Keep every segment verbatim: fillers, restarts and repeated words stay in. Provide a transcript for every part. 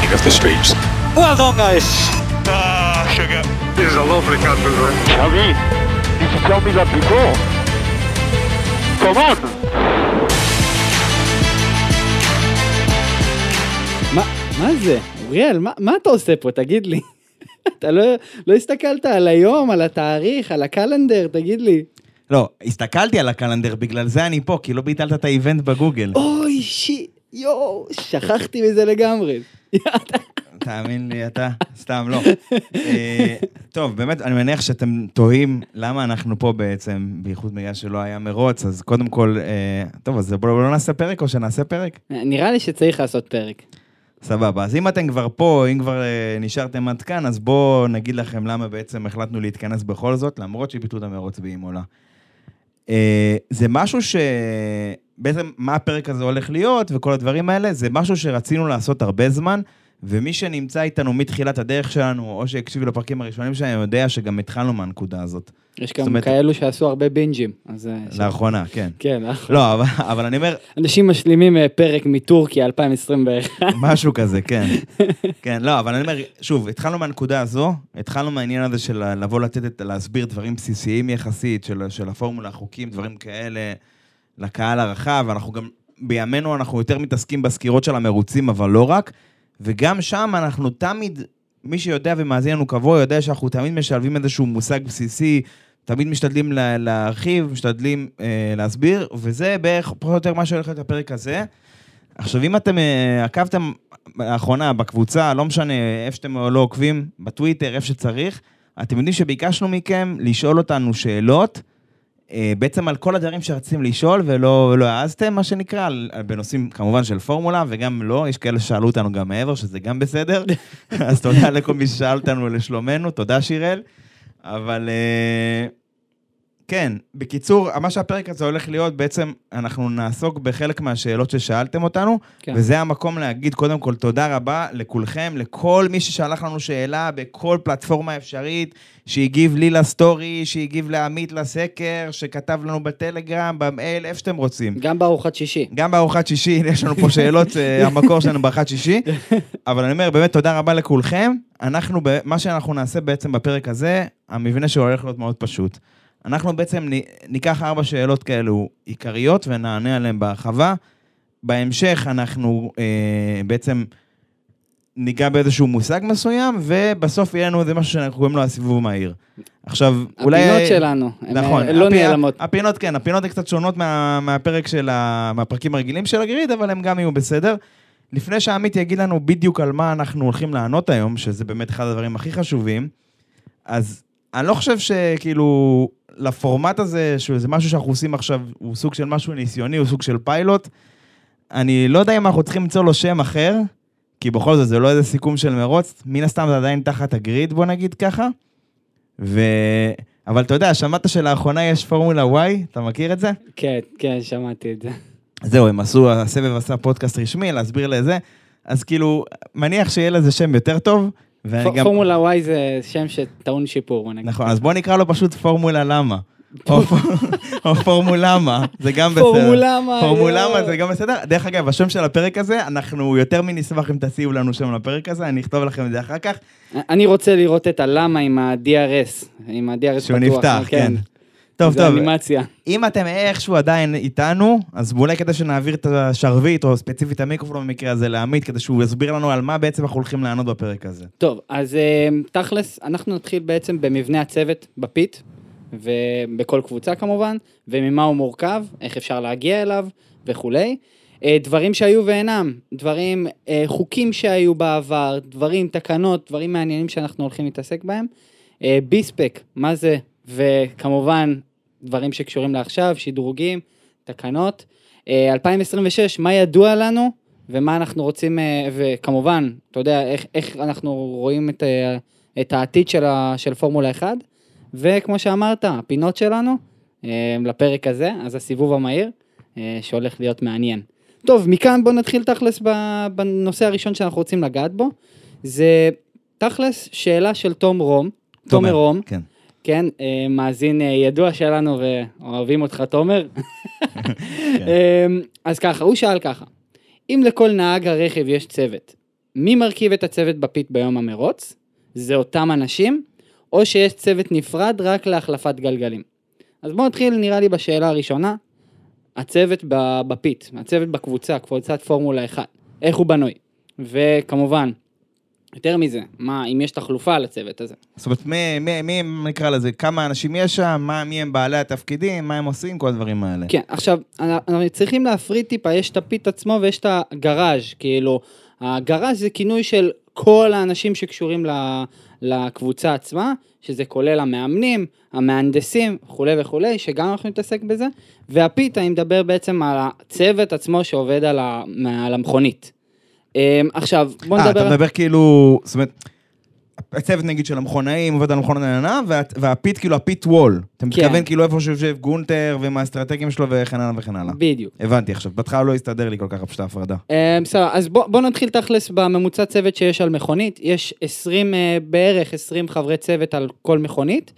king of the streets. Well done, guys. Ah, sugar. This is a lovely country, right? Xavi, you should tell me that before. Come on! מה, מה זה? אוריאל, מה, מה אתה עושה פה? תגיד לי. אתה לא, לא הסתכלת על היום, על התאריך, על הקלנדר, תגיד לי. לא, הסתכלתי על הקלנדר, בגלל זה אני פה, כי לא ביטלת את האיבנט בגוגל. אוי, שי, יו, שכחתי מזה לגמרי. תאמין לי, אתה, סתם לא. טוב, באמת, אני מניח שאתם תוהים למה אנחנו פה בעצם, בייחוד בגלל שלא היה מרוץ, אז קודם כל, טוב, אז בואו לא נעשה פרק או שנעשה פרק? נראה לי שצריך לעשות פרק. סבבה, אז אם אתם כבר פה, אם כבר נשארתם עד כאן, אז בואו נגיד לכם למה בעצם החלטנו להתכנס בכל זאת, למרות שביטלו את המרוץ באימולה. זה משהו ש... בעצם מה הפרק הזה הולך להיות וכל הדברים האלה, זה משהו שרצינו לעשות הרבה זמן, ומי שנמצא איתנו מתחילת הדרך שלנו, או שהקשיב לפרקים הראשונים שלנו, יודע שגם התחלנו מהנקודה הזאת. יש גם אומרת... כאלו שעשו הרבה בינג'ים. אז... לאחרונה, כן. כן, לאחרונה. לא, אבל, אבל אני אומר... אנשים משלימים פרק מטורקיה אלפיים עשרים ואחת. משהו כזה, כן. כן, לא, אבל אני אומר, שוב, התחלנו מהנקודה הזו, התחלנו מהעניין הזה של לבוא לתת, להסביר דברים בסיסיים יחסית, של, של הפורמולה, החוקים, דברים כאלה, לקהל הרחב, ואנחנו גם, בימינו אנחנו יותר מתעסקים בסקירות של המרוצים, אבל לא רק, וגם שם אנחנו תמיד, מי שיודע ומאזין לנו קבוע, יודע שאנחנו תמיד משלבים איזשהו מושג בסיסי, תמיד משתדלים לה, להרחיב, משתדלים אה, להסביר, וזה בערך פחות או יותר מה שהולך להיות הפרק הזה. עכשיו, אם אתם אה, עקבתם לאחרונה בקבוצה, לא משנה איפה שאתם לא עוקבים, בטוויטר, איפה שצריך, אתם יודעים שביקשנו מכם לשאול אותנו שאלות, בעצם על כל הדברים שרציתם לשאול, ולא, ולא העזתם, מה שנקרא, על, בנושאים כמובן של פורמולה, וגם לא, יש כאלה ששאלו אותנו גם מעבר, שזה גם בסדר, אז תודה לכל מי ששאל אותנו לשלומנו, תודה שיראל, אבל כן, בקיצור, מה שהפרק הזה הולך להיות, בעצם אנחנו נעסוק בחלק מהשאלות ששאלתם אותנו, כן. וזה המקום להגיד קודם כל תודה רבה לכולכם, לכל מי ששלח לנו שאלה בכל פלטפורמה אפשרית, שהגיב לי לסטורי, שהגיב לעמית לסקר, שכתב לנו בטלגרם, במייל, איפה שאתם רוצים. גם בארוחת שישי. גם בארוחת שישי, יש לנו פה שאלות, המקור שלנו בארוחת שישי, אבל אני אומר, באמת תודה רבה לכולכם, אנחנו, מה שאנחנו נעשה בעצם בפרק הזה, המבנה שהולך להיות מאוד פשוט. אנחנו בעצם ניקח ארבע שאלות כאלו עיקריות ונענה עליהן בהרחבה. בהמשך אנחנו אה, בעצם ניגע באיזשהו מושג מסוים, ובסוף יהיה לנו איזה משהו שאנחנו קוראים לו הסיבוב מהיר. עכשיו, אולי... הפינות שלנו, נכון, הן לא נעלמות. הפינות כן, הפינות הן קצת שונות מה, מהפרק של ה... מהפרקים הרגילים של הגריד, אבל הם גם יהיו בסדר. לפני שעמית יגיד לנו בדיוק על מה אנחנו הולכים לענות היום, שזה באמת אחד הדברים הכי חשובים, אז אני לא חושב שכאילו... לפורמט הזה, שזה משהו שאנחנו עושים עכשיו, הוא סוג של משהו ניסיוני, הוא סוג של פיילוט, אני לא יודע אם אנחנו צריכים למצוא לו שם אחר, כי בכל זאת זה לא איזה סיכום של מרוץ, מן הסתם זה עדיין תחת הגריד, בוא נגיד ככה, ו... אבל אתה יודע, שמעת שלאחרונה יש פורמולה וואי, אתה מכיר את זה? כן, כן, שמעתי את זה. זהו, הם עשו, הסבב עשה פודקאסט רשמי, להסביר לזה, אז כאילו, מניח שיהיה לזה שם יותר טוב, פורמולה וואי זה שם שטעון שיפור. נכון, אז בוא נקרא לו פשוט פורמולה למה. או פורמולמה, זה גם בסדר. פורמולמה. פורמולמה זה גם בסדר. דרך אגב, השם של הפרק הזה, אנחנו יותר מנשמח אם תציעו לנו שם לפרק הזה, אני אכתוב לכם את זה אחר כך. אני רוצה לראות את הלמה עם ה-די אר אס, עם ה-די אר אס שהוא נפתח, כן. טוב, טוב. אנימציה. אם אתם איכשהו עדיין איתנו, אז אולי כדי שנעביר את השרביט, או ספציפית המיקרופון במקרה הזה, לעמית, כדי שהוא יסביר לנו על מה בעצם אנחנו הולכים לענות בפרק הזה. טוב, אז תכלס, אנחנו נתחיל בעצם במבנה הצוות בפיט, ובכל קבוצה כמובן, וממה הוא מורכב, איך אפשר להגיע אליו, וכולי. דברים שהיו ואינם, דברים, חוקים שהיו בעבר, דברים, תקנות, דברים מעניינים שאנחנו הולכים להתעסק בהם. ביספק, מה זה? וכמובן, דברים שקשורים לעכשיו, שדרוגים, תקנות. אלפיים עשרים ושש, מה ידוע לנו, ומה אנחנו רוצים, וכמובן, אתה יודע, איך, איך אנחנו רואים את, את העתיד של, ה, של פורמולה אחד, וכמו שאמרת, הפינות שלנו, לפרק הזה, אז הסיבוב המהיר, שהולך להיות מעניין. טוב, מכאן בוא נתחיל תכלס בנושא הראשון שאנחנו רוצים לגעת בו, זה תכלס שאלה של תום רום, תומר רום, כן. כן, מאזין ידוע שלנו ואוהבים אותך תומר. אז ככה, הוא שאל ככה, אם לכל נהג הרכב יש צוות, מי מרכיב את הצוות בפית ביום המרוץ? זה אותם אנשים, או שיש צוות נפרד רק להחלפת גלגלים. אז בואו נתחיל נראה לי בשאלה הראשונה, הצוות בפית, הצוות בקבוצה, קבוצת פורמולה אחת, איך הוא בנוי? וכמובן, יותר מזה, מה, אם יש תחלופה לצוות הזה? זאת אומרת, מי, מי, מי נקרא לזה, כמה אנשים יש שם, מה, מי הם בעלי התפקידים, מה הם עושים, כל הדברים האלה. כן, עכשיו, אנחנו צריכים להפריד טיפה, יש את הפית עצמו ויש את הגראז', כאילו, הגראז' זה כינוי של כל האנשים שקשורים לקבוצה עצמה, שזה כולל המאמנים, המהנדסים, וכו' וכו', שגם אנחנו נתעסק בזה, והפית, אני מדבר בעצם על הצוות עצמו שעובד על, ה, על המכונית. עכשיו, בוא נדבר... אה, אתה מדבר כאילו, זאת אומרת, הצוות נגיד של המכונאים עובד על מכונת הנהנה, והפית כאילו הפית וול. אתה מתכוון כאילו איפה שיושב גונטר ומה האסטרטגיים שלו וכן הלאה וכן הלאה. בדיוק. הבנתי עכשיו, בהתחלה לא הסתדר לי כל כך פשוט ההפרדה. בסדר, אז בוא נתחיל תכלס בממוצע צוות שיש על מכונית. יש עשרים, בערך עשרים חברי צוות על כל מכונית,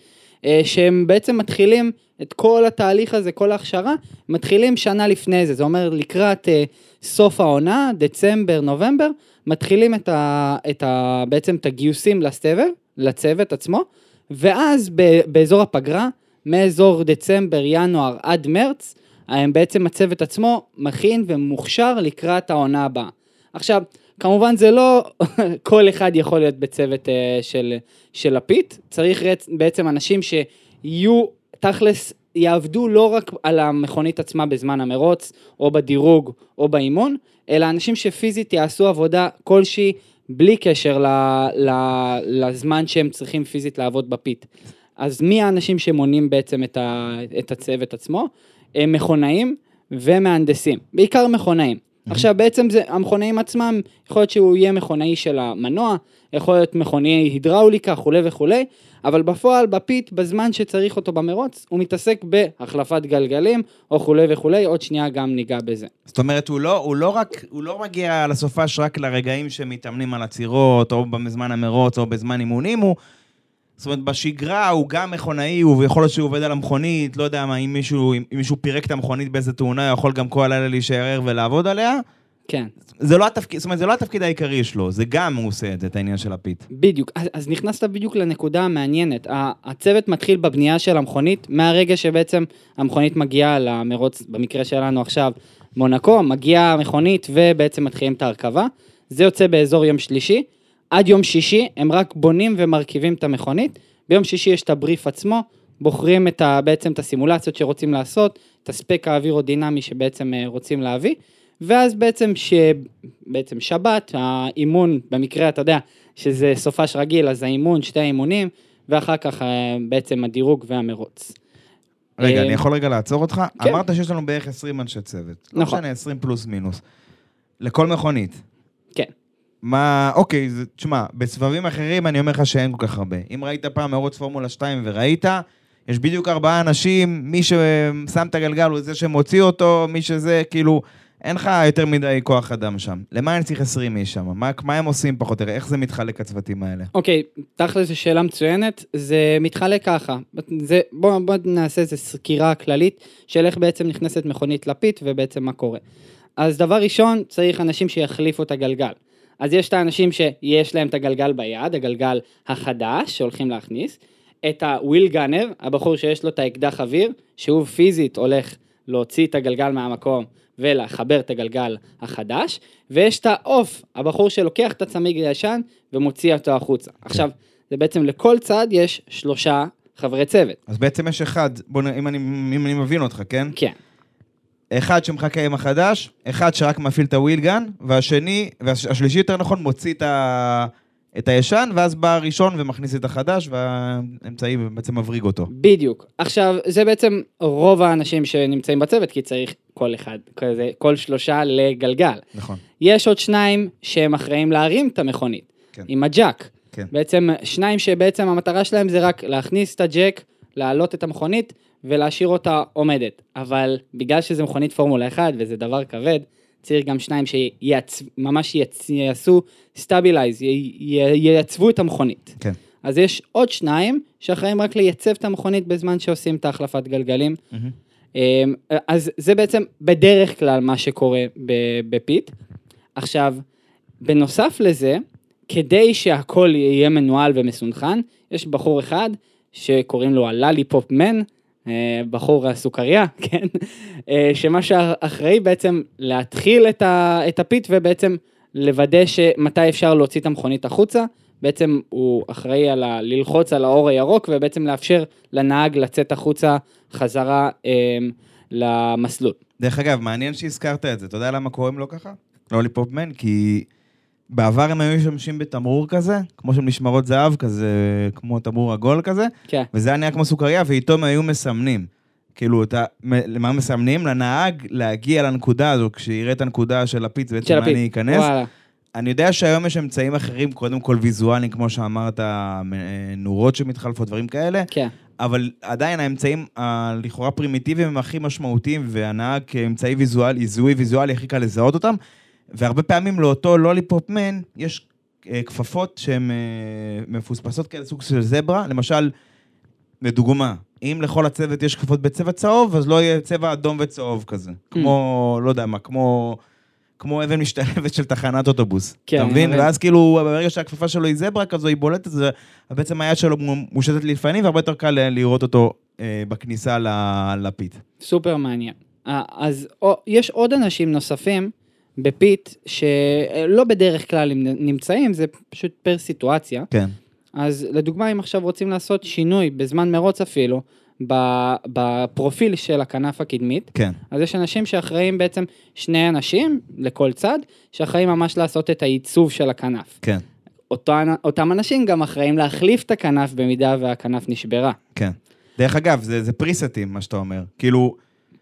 שהם בעצם מתחילים את כל התהליך הזה, כל ההכשרה, מתחילים שנה לפני זה. זה אומר לקראת סוף העונה, דצמבר, נובמבר, מתחילים את ה, את ה, בעצם את הגיוסים לסבב, לצוות עצמו, ואז ב, באזור הפגרה, מאזור דצמבר, ינואר עד מרץ, בעצם הצוות עצמו מכין ומוכשר לקראת העונה הבאה. עכשיו, כמובן זה לא כל אחד יכול להיות בצוות של, של הפית, צריך בעצם אנשים שיהיו תכלס, יעבדו לא רק על המכונית עצמה בזמן המרוץ, או בדירוג, או באימון, אלא אנשים שפיזית יעשו עבודה כלשהי, בלי קשר ל, ל, לזמן שהם צריכים פיזית לעבוד בפית. אז מי האנשים שמונים בעצם את, ה, את הצוות עצמו? הם מכונאים ומהנדסים, בעיקר מכונאים. Mm-hmm. עכשיו בעצם זה, המכונאים עצמם, יכול להיות שהוא יהיה מכונאי של המנוע, יכול להיות מכונאי הידראוליקה, כו' וכו', אבל בפועל, בפית, בזמן שצריך אותו במרוץ, הוא מתעסק בהחלפת גלגלים, או כו' וכו', עוד שנייה גם ניגע בזה. זאת אומרת, הוא לא, הוא לא רק, הוא לא מגיע לסופש רק לרגעים שמתאמנים על הצירות, או בזמן המרוץ, או בזמן אימונים, הוא, זאת אומרת, בשגרה הוא גם מכונאי, הוא יכול להיות שהוא עובד על המכונית, לא יודע מה, אם מישהו, אם מישהו פירק את המכונית באיזה תאונה, הוא יכול גם כל הלילה להישאר ולעבוד עליה. כן. זה לא התפקיד, זאת אומרת, זה לא התפקיד העיקרי שלו, זה גם הוא עושה את זה, את העניין של הפית. בדיוק, אז, אז נכנסת בדיוק לנקודה המעניינת. הצוות מתחיל בבנייה של המכונית, מהרגע שבעצם המכונית מגיעה למרוץ, במקרה שלנו עכשיו, מונקו, מגיעה המכונית ובעצם מתחילים את ההרכבה. זה יוצא באזור יום שלישי. עד יום שישי הם רק בונים ומרכיבים את המכונית. ביום שישי יש את הבריף עצמו, בוחרים את ה, בעצם את הסימולציות שרוצים לעשות, את הספק האווירודינמי שבעצם רוצים להביא. ואז בעצם, ש... בעצם שבת, האימון, במקרה אתה יודע, שזה סופש רגיל, אז האימון, שתי האימונים, ואחר כך בעצם הדירוג והמרוץ. רגע, אני יכול רגע לעצור אותך? כן. אמרת שיש לנו בערך עשרים אנשי צוות. נכון. לא משנה, עשרים פלוס מינוס. לכל מכונית. כן. מה, אוקיי, זה, תשמע, בסבבים אחרים אני אומר לך שאין כל כך הרבה. אם ראית פעם מרוץ פורמולה שתיים וראית, יש בדיוק ארבעה אנשים, מי ששם את הגלגל הוא זה שמוציא אותו, מי שזה, כאילו, אין לך יותר מדי כוח אדם שם. למה אני צריך עשרים איש שם? מה, מה הם עושים פחות? תראה, איך זה מתחלק הצוותים האלה? אוקיי, תכל'ס זו שאלה מצוינת, זה מתחלק ככה. זה, בוא, בוא נעשה איזו סקירה כללית, של איך בעצם נכנסת מכונית לפית, ובעצם מה קורה. אז דבר ראשון, צריך אנשים שיחליפו את הגלגל. אז יש את האנשים שיש להם את הגלגל ביד, הגלגל החדש שהולכים להכניס, את הוויל גאנר, הבחור שיש לו את האקדח אוויר, שהוא פיזית הולך להוציא את הגלגל מהמקום, ולחבר את הגלגל החדש, ויש את האוף, הבחור שלוקח את הצמיג הישן, ומוציא אותו החוצה. עכשיו, זה בעצם לכל צד יש שלושה חברי צוות. אז בעצם יש אחד, בוא, אם אני, אם אני מבין אותך, כן? כן. אחד שמחכה עם החדש, אחד שרק מפעיל את הווילגן, והשני, והשלישי יותר נכון, מוציא את, ה, את הישן, ואז בא הראשון ומכניס את החדש, והאמצעי בעצם מבריג אותו. בדיוק. עכשיו, זה בעצם רוב האנשים שנמצאים בצוות, כי צריך כל אחד, כזה, כל שלושה לגלגל. נכון. יש עוד שניים שהם אחראים להרים את המכונית, כן. עם הג'אק. כן. בעצם שניים שבעצם המטרה שלהם זה רק להכניס את הג'אק, להעלות את המכונית, ולהשאיר אותה עומדת. אבל בגלל שזה מכונית פורמולה אחת, וזה דבר כבד, צריך גם שניים שממש יעשו סטאבילייז, ייצבו את המכונית. כן. אז יש עוד שניים שאחראים רק לייצב את המכונית בזמן שעושים את ההחלפת גלגלים. Mm-hmm. אז זה בעצם בדרך כלל מה שקורה בפית. עכשיו, בנוסף לזה, כדי שהכל יהיה מנוהל ומסונכן, יש בחור אחד שקוראים לו הלליפופ מן, בחור הסוכריה, כן? שמה שאחראי בעצם להתחיל את, ה, את הפיט ובעצם לוודא שמתי אפשר להוציא את המכונית החוצה, בעצם הוא אחראי על ה, ללחוץ על האור הירוק ובעצם לאפשר לנהג לצאת החוצה חזרה אה, למסלול. דרך אגב, מעניין שהזכרת את זה, אתה יודע למה קוראים לו ככה? לליפופ מן, כי בעבר הם היו משתמשים בתמרור כזה, כמו של משמרות זהב כזה, כמו תמרור עגול כזה, כן. וזה היה נהיה כמו סוכריה, ואיתו הם היו מסמנים. כאילו, אתה, למה מסמנים? לנהג להגיע לנקודה הזו, כשיראה את הנקודה של הפיץ, בעצם מה אני ייכנס. וואלה. אני יודע שהיום יש אמצעים אחרים, קודם כל ויזואליים, כמו שאמרת, נורות שמתחלפות, דברים כאלה, כן. אבל עדיין האמצעים הלכאורה פרימיטיביים הם הכי משמעותיים, והנהג כאמצעי ויזואלי, זיהוי ויזואלי, הכי קל לזהות אותם, והרבה פעמים לאותו לוליפופ מן, יש כפפות שהן מפוספסות כאלה סוג של זברה, למשל, לדוגמה, אם לכל הצוות יש כפפות בצבע צהוב, אז לא יהיה צבע אדום וצהוב כזה, כמו, לא יודע מה, כמו... כמו אבן משתלבת של תחנת אוטובוס. כן, אתה מבין? ואז כאילו, ברגע שהכפפה שלו היא זברה כזו, היא בולטת, זה בעצם היד שלו מושטת לפנים, והרבה יותר קל לראות אותו אה, בכניסה לפיט. סופר מעניין. אז או, יש עוד אנשים נוספים בפיט, שלא בדרך כלל נמצאים, זה פשוט פר סיטואציה. כן. אז לדוגמה, אם עכשיו רוצים לעשות שינוי, בזמן מרוץ אפילו, בפרופיל של הכנף הקדמית, כן. אז יש אנשים שאחראים בעצם, שני אנשים לכל צד, שאחראים ממש לעשות את העיצוב של הכנף. כן. אותם, אותם אנשים גם אחראים להחליף את הכנף במידה והכנף נשברה. כן. דרך אגב, זה, זה פריסטים, מה שאתה אומר. כאילו,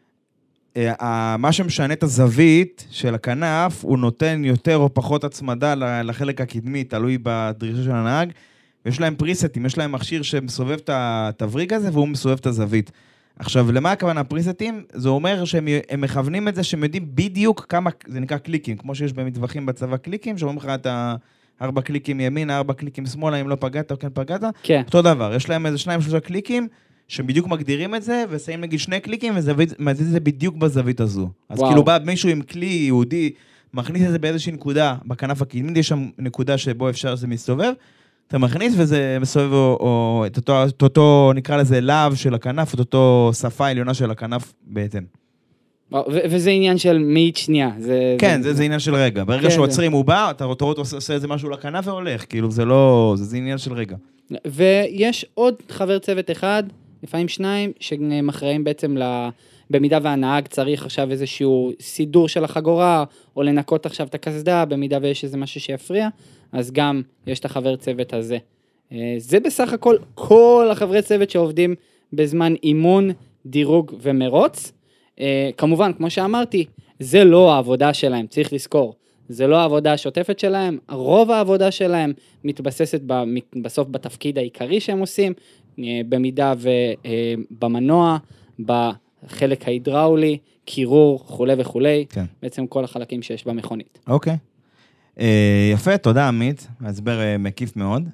מה שמשנה את הזווית של הכנף, הוא נותן יותר או פחות הצמדה לחלק הקדמי, תלוי בדרישה של הנהג, ויש להם פריסטים, יש להם מכשיר שמסובב את התבריג הזה, והוא מסובב את הזווית. עכשיו, למה הכוונה פריסטים? זה אומר שהם מכוונים את זה, שהם יודעים בדיוק כמה, זה נקרא קליקים, כמו שיש במטווחים בצבא קליקים, שאומרים לך את הארבע קליקים ימינה, ארבע קליקים שמאלה, אם לא פגעת או כן פגעת. כן. אותו דבר, יש להם איזה שניים, שלושה קליקים, שבדיוק מגדירים את זה, ושמים נגיד שני קליקים, ומזיז את זה בדיוק בזווית הזו. אז כאילו בא מישהו עם כלי יהודי, מכניס את זה באיזושהי נקודה, בכנף הקדמית, יש שם נקודה שבו אפשר זה מסתובב, אתה מכניס וזה מסובב, או, או את אותו, את אותו, נקרא לזה, להב של הכנף, את אותו שפה העליונה של הכנף בעצם. ו- וזה עניין של מאית שנייה. זה, כן, זה, זה, זה עניין של רגע. ברגע כן, שעוצרים, זה... הוא בא, אתה רואה אותו עושה איזה משהו לכנף והולך, כאילו זה לא, זה, זה עניין של רגע. ויש עוד חבר צוות אחד, לפעמים שניים, שמחראים בעצם ל... במידה והנהג צריך עכשיו איזשהו סידור של החגורה, או לנקות עכשיו את הקסדה, במידה ויש איזה משהו שיפריע, אז גם יש את החבר צוות הזה. זה בסך הכל כל החברי צוות שעובדים בזמן אימון, דירוג ומרוץ. כמובן, כמו שאמרתי, זה לא העבודה שלהם, צריך לזכור. זה לא העבודה השוטפת שלהם, רוב העבודה שלהם מתבססת בסוף בתפקיד העיקרי שהם עושים, במידה ובמנוע, בחלק ההידראולי, קירור, חולה וכולי, כן. בעצם כל החלקים שיש במכונית. אוקיי. יפה, תודה עמית, הסבר מקיף מאוד.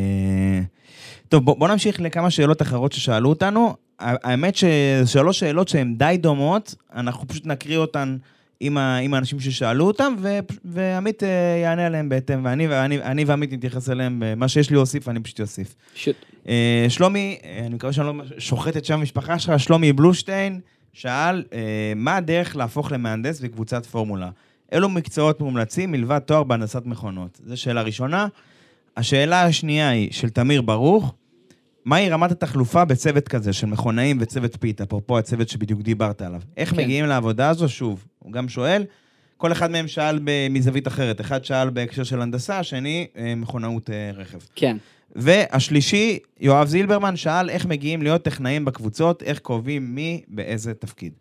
טוב, בוא, בוא נמשיך לכמה שאלות אחרות ששאלו אותנו. האמת ששלוש שאלות שהן די דומות, אנחנו פשוט נקריא אותן עם, ה, עם האנשים ששאלו אותם, ו, ועמית יענה עליהם בהתאם, ואני, ואני, אני ועמית נתייחס אליהם, מה שיש לי להוסיף, אני פשוט אוסיף. שוט. שלומי, אני מקווה שאני לא שוחט את שם המשפחה שלך, שלומי בלושטיין, שאל, מה הדרך להפוך למהנדס בקבוצת פורמולה? אילו מקצועות מומלצים מלבד תואר בהנדסת מכונות? זו שאלה ראשונה. השאלה השנייה היא של תמיר ברוך, מהי רמת התחלופה בצוות כזה של מכונאים וצוות פיט, אפרופו הצוות שבדיוק דיברת עליו? איך כן. מגיעים לעבודה הזו? שוב, הוא גם שואל, כל אחד מהם שאל מזווית אחרת, אחד שאל בהקשר של הנדסה, השני מכונאות רכב. כן. והשלישי, יואב זילברמן, שאל איך מגיעים להיות טכנאים בקבוצות, איך קובעים מי באיזה תפקיד.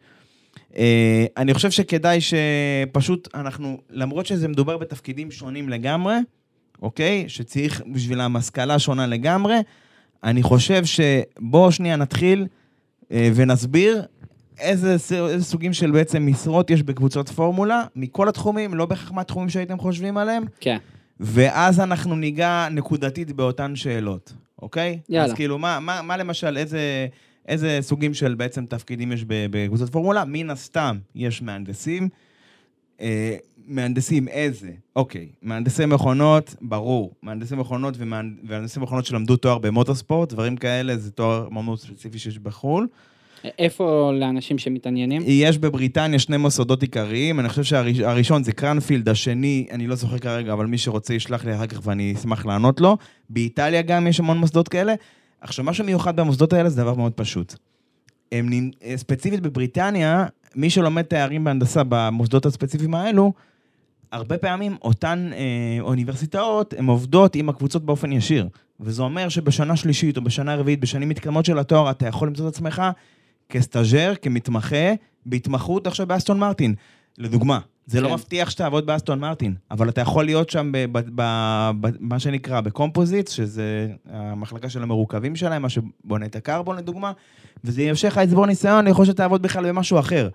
אני חושב שכדאי שפשוט אנחנו, למרות שזה מדובר בתפקידים שונים לגמרי, אוקיי? שצריך בשביל השכלה שונה לגמרי, אני חושב שבואו שנייה נתחיל ונסביר איזה, איזה סוגים של בעצם משרות יש בקבוצות פורמולה, מכל התחומים, לא בהכרח מהתחומים שהייתם חושבים עליהם. כן. ואז אנחנו ניגע נקודתית באותן שאלות, אוקיי? יאללה. אז כאילו, מה, מה, מה למשל, איזה, איזה סוגים של בעצם תפקידים יש בקבוצות פורמולה? מן הסתם יש מהנדסים, מהנדסים, איזה? אוקיי, מהנדסי מכונות, ברור. מהנדסי מכונות ומהנדסי מכונות שלמדו תואר במוטוספורט, דברים כאלה, זה תואר מאוד ספציפי שיש בחול. איפה לאנשים שמתעניינים? יש בבריטניה שני מוסדות עיקריים, אני חושב שהראשון זה קרנפילד, השני, אני לא זוכר כרגע, אבל מי שרוצה ישלח לי אחר כך ואני אשמח לענות לו. באיטליה גם יש המון מוסדות כאלה. עכשיו, משהו מיוחד במוסדות האלה זה דבר מאוד פשוט. הם, ספציפית בבריטניה, מי שלומד תארים בהנדסה במוסדות הספציפיים האלו, הרבה פעמים אותן אה, אוניברסיטאות, הן עובדות עם הקבוצות באופן ישיר. וזה אומר שבשנה שלישית או בשנה רביעית, בשנים מתקדמות של התואר, אתה יכול למצוא את עצמך כסטאז'ר, כמתמחה, בהתמחות עכשיו באסטון מרטין. לדוגמה, זה כן. לא מבטיח שתעבוד באסטון מרטין, אבל אתה יכול להיות שם במה שנקרא, בקומפוזיט, שזה המחלקה של המרוכבים שלהם, מה שבונה את הקרבון לדוגמה, וזה ימשך לצבור ניסיון, אני חושב שתעבוד בכלל במשהו אחר.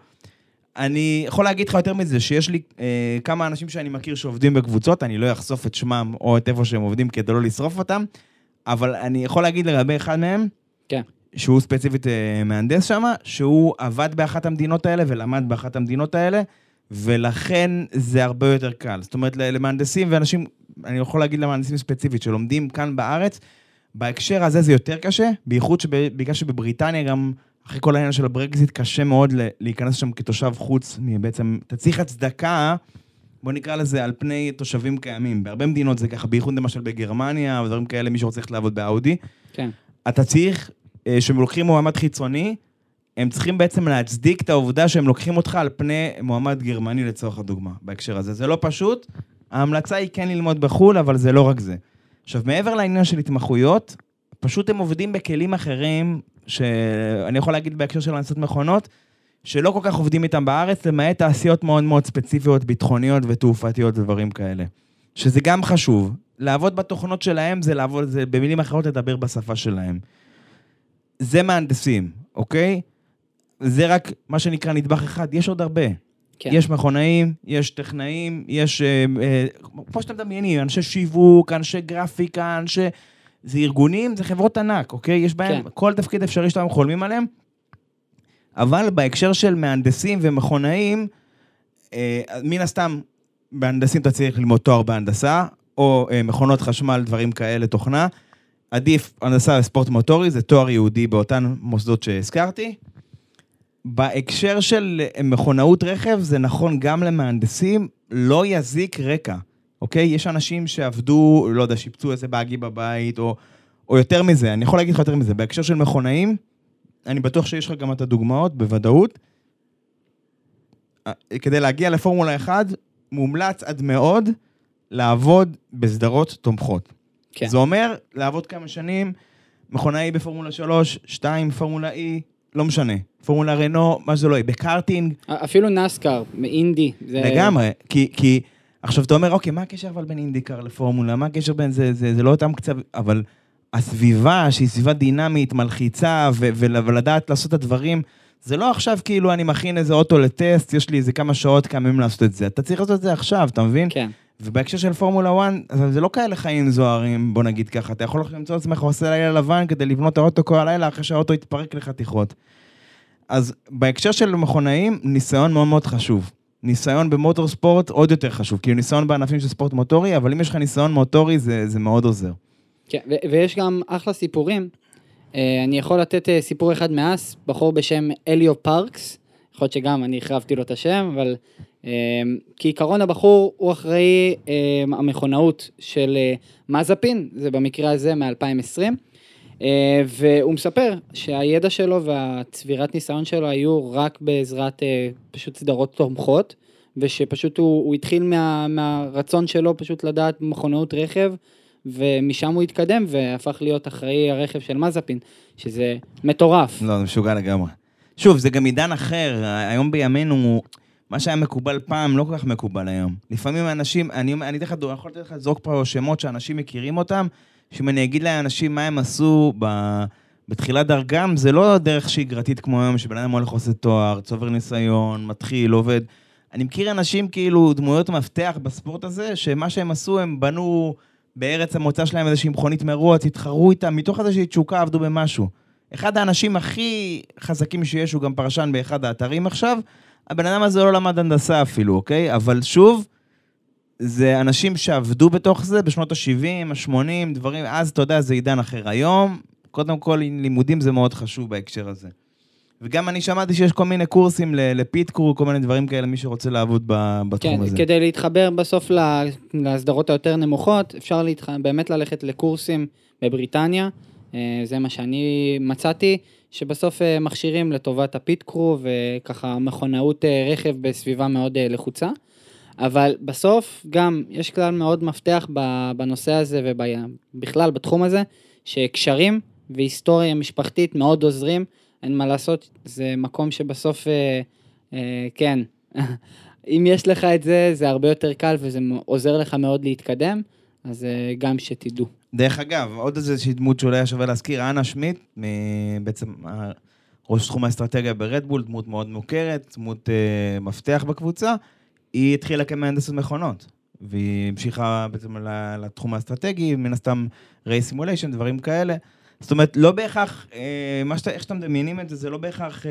אני יכול להגיד לך יותר מזה, שיש לי אה, כמה אנשים שאני מכיר שעובדים בקבוצות, אני לא אחשוף את שמם או את איפה שהם עובדים כדי לא לשרוף אותם, אבל אני יכול להגיד לגבי אחד מהם, כן. שהוא ספציפית אה, מהנדס שם, שהוא עבד באחת המדינות האלה ולמד באחת המדינות האלה, ולכן זה הרבה יותר קל. זאת אומרת, למהנדסים ואנשים, אני יכול להגיד למהנדסים ספציפית, שלומדים כאן בארץ, בהקשר הזה זה יותר קשה, בייחוד שבגלל שבבריטניה גם, אחרי כל העניין של הברקזיט, קשה מאוד להיכנס שם כתושב חוץ, בעצם תציך הצדקה, בוא נקרא לזה, על פני תושבים קיימים. בהרבה מדינות זה ככה, בייחוד למשל בגרמניה, ודברים כאלה, מי שרוצה לעבוד באאודי. כן. אתה צריך, שהם לוקחים מועמד חיצוני, הם צריכים בעצם להצדיק את העובדה שהם לוקחים אותך על פני מועמד גרמני לצורך הדוגמה, בהקשר הזה. זה לא פשוט, ההמלצה היא כן ללמוד בחול, אבל זה לא רק זה. עכשיו, מעבר לעניין של התמחויות, פשוט הם עובדים בכלים אחרים, שאני יכול להגיד בהקשר של הנדסת מכונות, שלא כל כך עובדים איתם בארץ, למעט תעשיות מאוד מאוד ספציפיות, ביטחוניות ותעופתיות ודברים כאלה. שזה גם חשוב. לעבוד בתוכנות שלהם זה לעבוד, זה במילים אחרות לדבר בשפה שלהם. זה מהנדסים, אוקיי? זה רק מה שנקרא נדבך אחד, יש עוד הרבה. כן. יש מכונאים, יש טכנאים, יש, אה, אה, כמו שאתם מדמיינים, אנשי שיווק, אנשי גרפיקה, אנשי... זה ארגונים, זה חברות ענק, אוקיי? יש בהם כן. כל תפקיד אפשרי שאתם חולמים עליהם, אבל בהקשר של מהנדסים ומכונאים, אה, מן הסתם, בהנדסים אתה צריך ללמוד תואר בהנדסה, או אה, מכונות חשמל, דברים כאלה, תוכנה. עדיף הנדסה וספורט מוטורי, זה תואר יהודי באותן מוסדות שהזכרתי. בהקשר של מכונאות רכב, זה נכון גם למהנדסים, לא יזיק רקע, אוקיי? יש אנשים שעבדו, לא יודע, שיפצו איזה באגי בבית, או, או יותר מזה, אני יכול להגיד לך יותר מזה, בהקשר של מכונאים, אני בטוח שיש לך גם את הדוגמאות, בוודאות, כדי להגיע לפורמולה אחת, מומלץ עד מאוד לעבוד בסדרות תומכות. כן. זה אומר, לעבוד כמה שנים, מכונאי בפורמולה שלוש, שתיים, פורמולה אי, לא משנה. פורמולה רנו, מה שזה לא יהיה, בקארטינג. אפילו נסקר, מאינדי. זה... לגמרי, כי, כי עכשיו אתה אומר, אוקיי, מה הקשר אבל בין אינדיקר לפורמולה? מה הקשר בין זה, זה, זה לא אותם קצת, אבל הסביבה, שהיא סביבה דינמית, מלחיצה, ו- ולדעת לעשות את הדברים, זה לא עכשיו כאילו אני מכין איזה אוטו לטסט, יש לי איזה כמה שעות, כמה ימים לעשות את זה. אתה צריך לעשות את זה עכשיו, אתה מבין? כן. ובהקשר של פורמולה אחת, זה לא כאלה חיים זוהרים, בוא נגיד ככה, אתה יכול למצוא עצמך עושה לילה לבן כדי לבנות את האוטו כל הלילה, אחרי שהאוטו יתפרק לחתיכות. אז בהקשר של מכונאים, ניסיון מאוד מאוד חשוב. ניסיון במוטור ספורט עוד יותר חשוב, כי הוא ניסיון בענפים של ספורט מוטורי, אבל אם יש לך ניסיון מוטורי, זה, זה מאוד עוזר. כן, ו- ויש גם אחלה סיפורים. אני יכול לתת סיפור אחד מאס, בחור בשם אליו פארקס, יכול להיות שגם אני החרבתי לו את השם, אבל כעיקרון הבחור הוא אחראי המכונאות של מזפין, זה במקרה הזה מ-אלפיים ועשרים, והוא מספר שהידע שלו והצבירת ניסיון שלו היו רק בעזרת פשוט סדרות תומכות, ושפשוט הוא, הוא התחיל מה, מהרצון שלו פשוט לדעת מכונאות רכב, ומשם הוא התקדם והפך להיות אחראי הרכב של מזפין, שזה מטורף. לא, זה משוגע לגמרי. שוב, זה גם עידן אחר, היום בימינו, מה שהיה מקובל פעם לא כל כך מקובל היום. לפעמים האנשים, אני, אני דרך כלל, יכול לתת לך לזרוק פה שמות שאנשים מכירים אותם, שאם אני אגיד לאנשים מה הם עשו ב, בתחילת דרכם, זה לא דרך שגרתית כמו היום, שבן אדם הולך עושה תואר, צובר ניסיון, מתחיל, עובד. אני מכיר אנשים כאילו דמויות מפתח בספורט הזה, שמה שהם עשו, הם בנו בארץ המוצא שלהם איזושהי מכונית מרוץ, התחרו איתם, מתוך איזושהי תשוקה עבדו במשהו. אחד האנשים הכי חזקים שיש, הוא גם פרשן באחד האתרים עכשיו, הבן אדם הזה לא למד הנדסה אפילו, אוקיי? אבל שוב, זה אנשים שעבדו בתוך זה בשנות ה-שבעים, ה-שמונים, דברים, אז אתה יודע, זה עידן אחר. היום, קודם כל, לימודים זה מאוד חשוב בהקשר הזה. וגם אני שמעתי שיש כל מיני קורסים לפיטקרו, כל מיני דברים כאלה, מי שרוצה לעבוד בתחום כן, הזה. כדי להתחבר בסוף להסדרות היותר נמוכות, אפשר להתח... באמת ללכת לקורסים בבריטניה, זה מה שאני מצאתי, שבסוף מכשירים לטובת הפיטקרו, וככה מכונאות רכב בסביבה מאוד לחוצה. אבל בסוף גם יש כלל מאוד מפתח בנושא הזה ובכלל בתחום הזה, שקשרים והיסטוריה משפחתית מאוד עוזרים, אין מה לעשות, זה מקום שבסוף, אה, אה, כן, אם יש לך את זה, זה הרבה יותר קל וזה עוזר לך מאוד להתקדם, אז אה, גם שתדעו. דרך אגב, עוד איזושהי דמות שאולי היה שווה להזכיר, אנה שמיט, בעצם ראש תחום האסטרטגיה ברדבול, דמות מאוד מוכרת, דמות אה, מפתח בקבוצה, היא התחילה כמהנדסת מכונות, והיא המשיכה בעצם לתחום האסטרטגי, מן הסתם ריי סימוליישן, דברים כאלה. זאת אומרת, לא בהכרח, מה שאתה, איך שאתם מדמיינים את זה, זה לא בהכרח,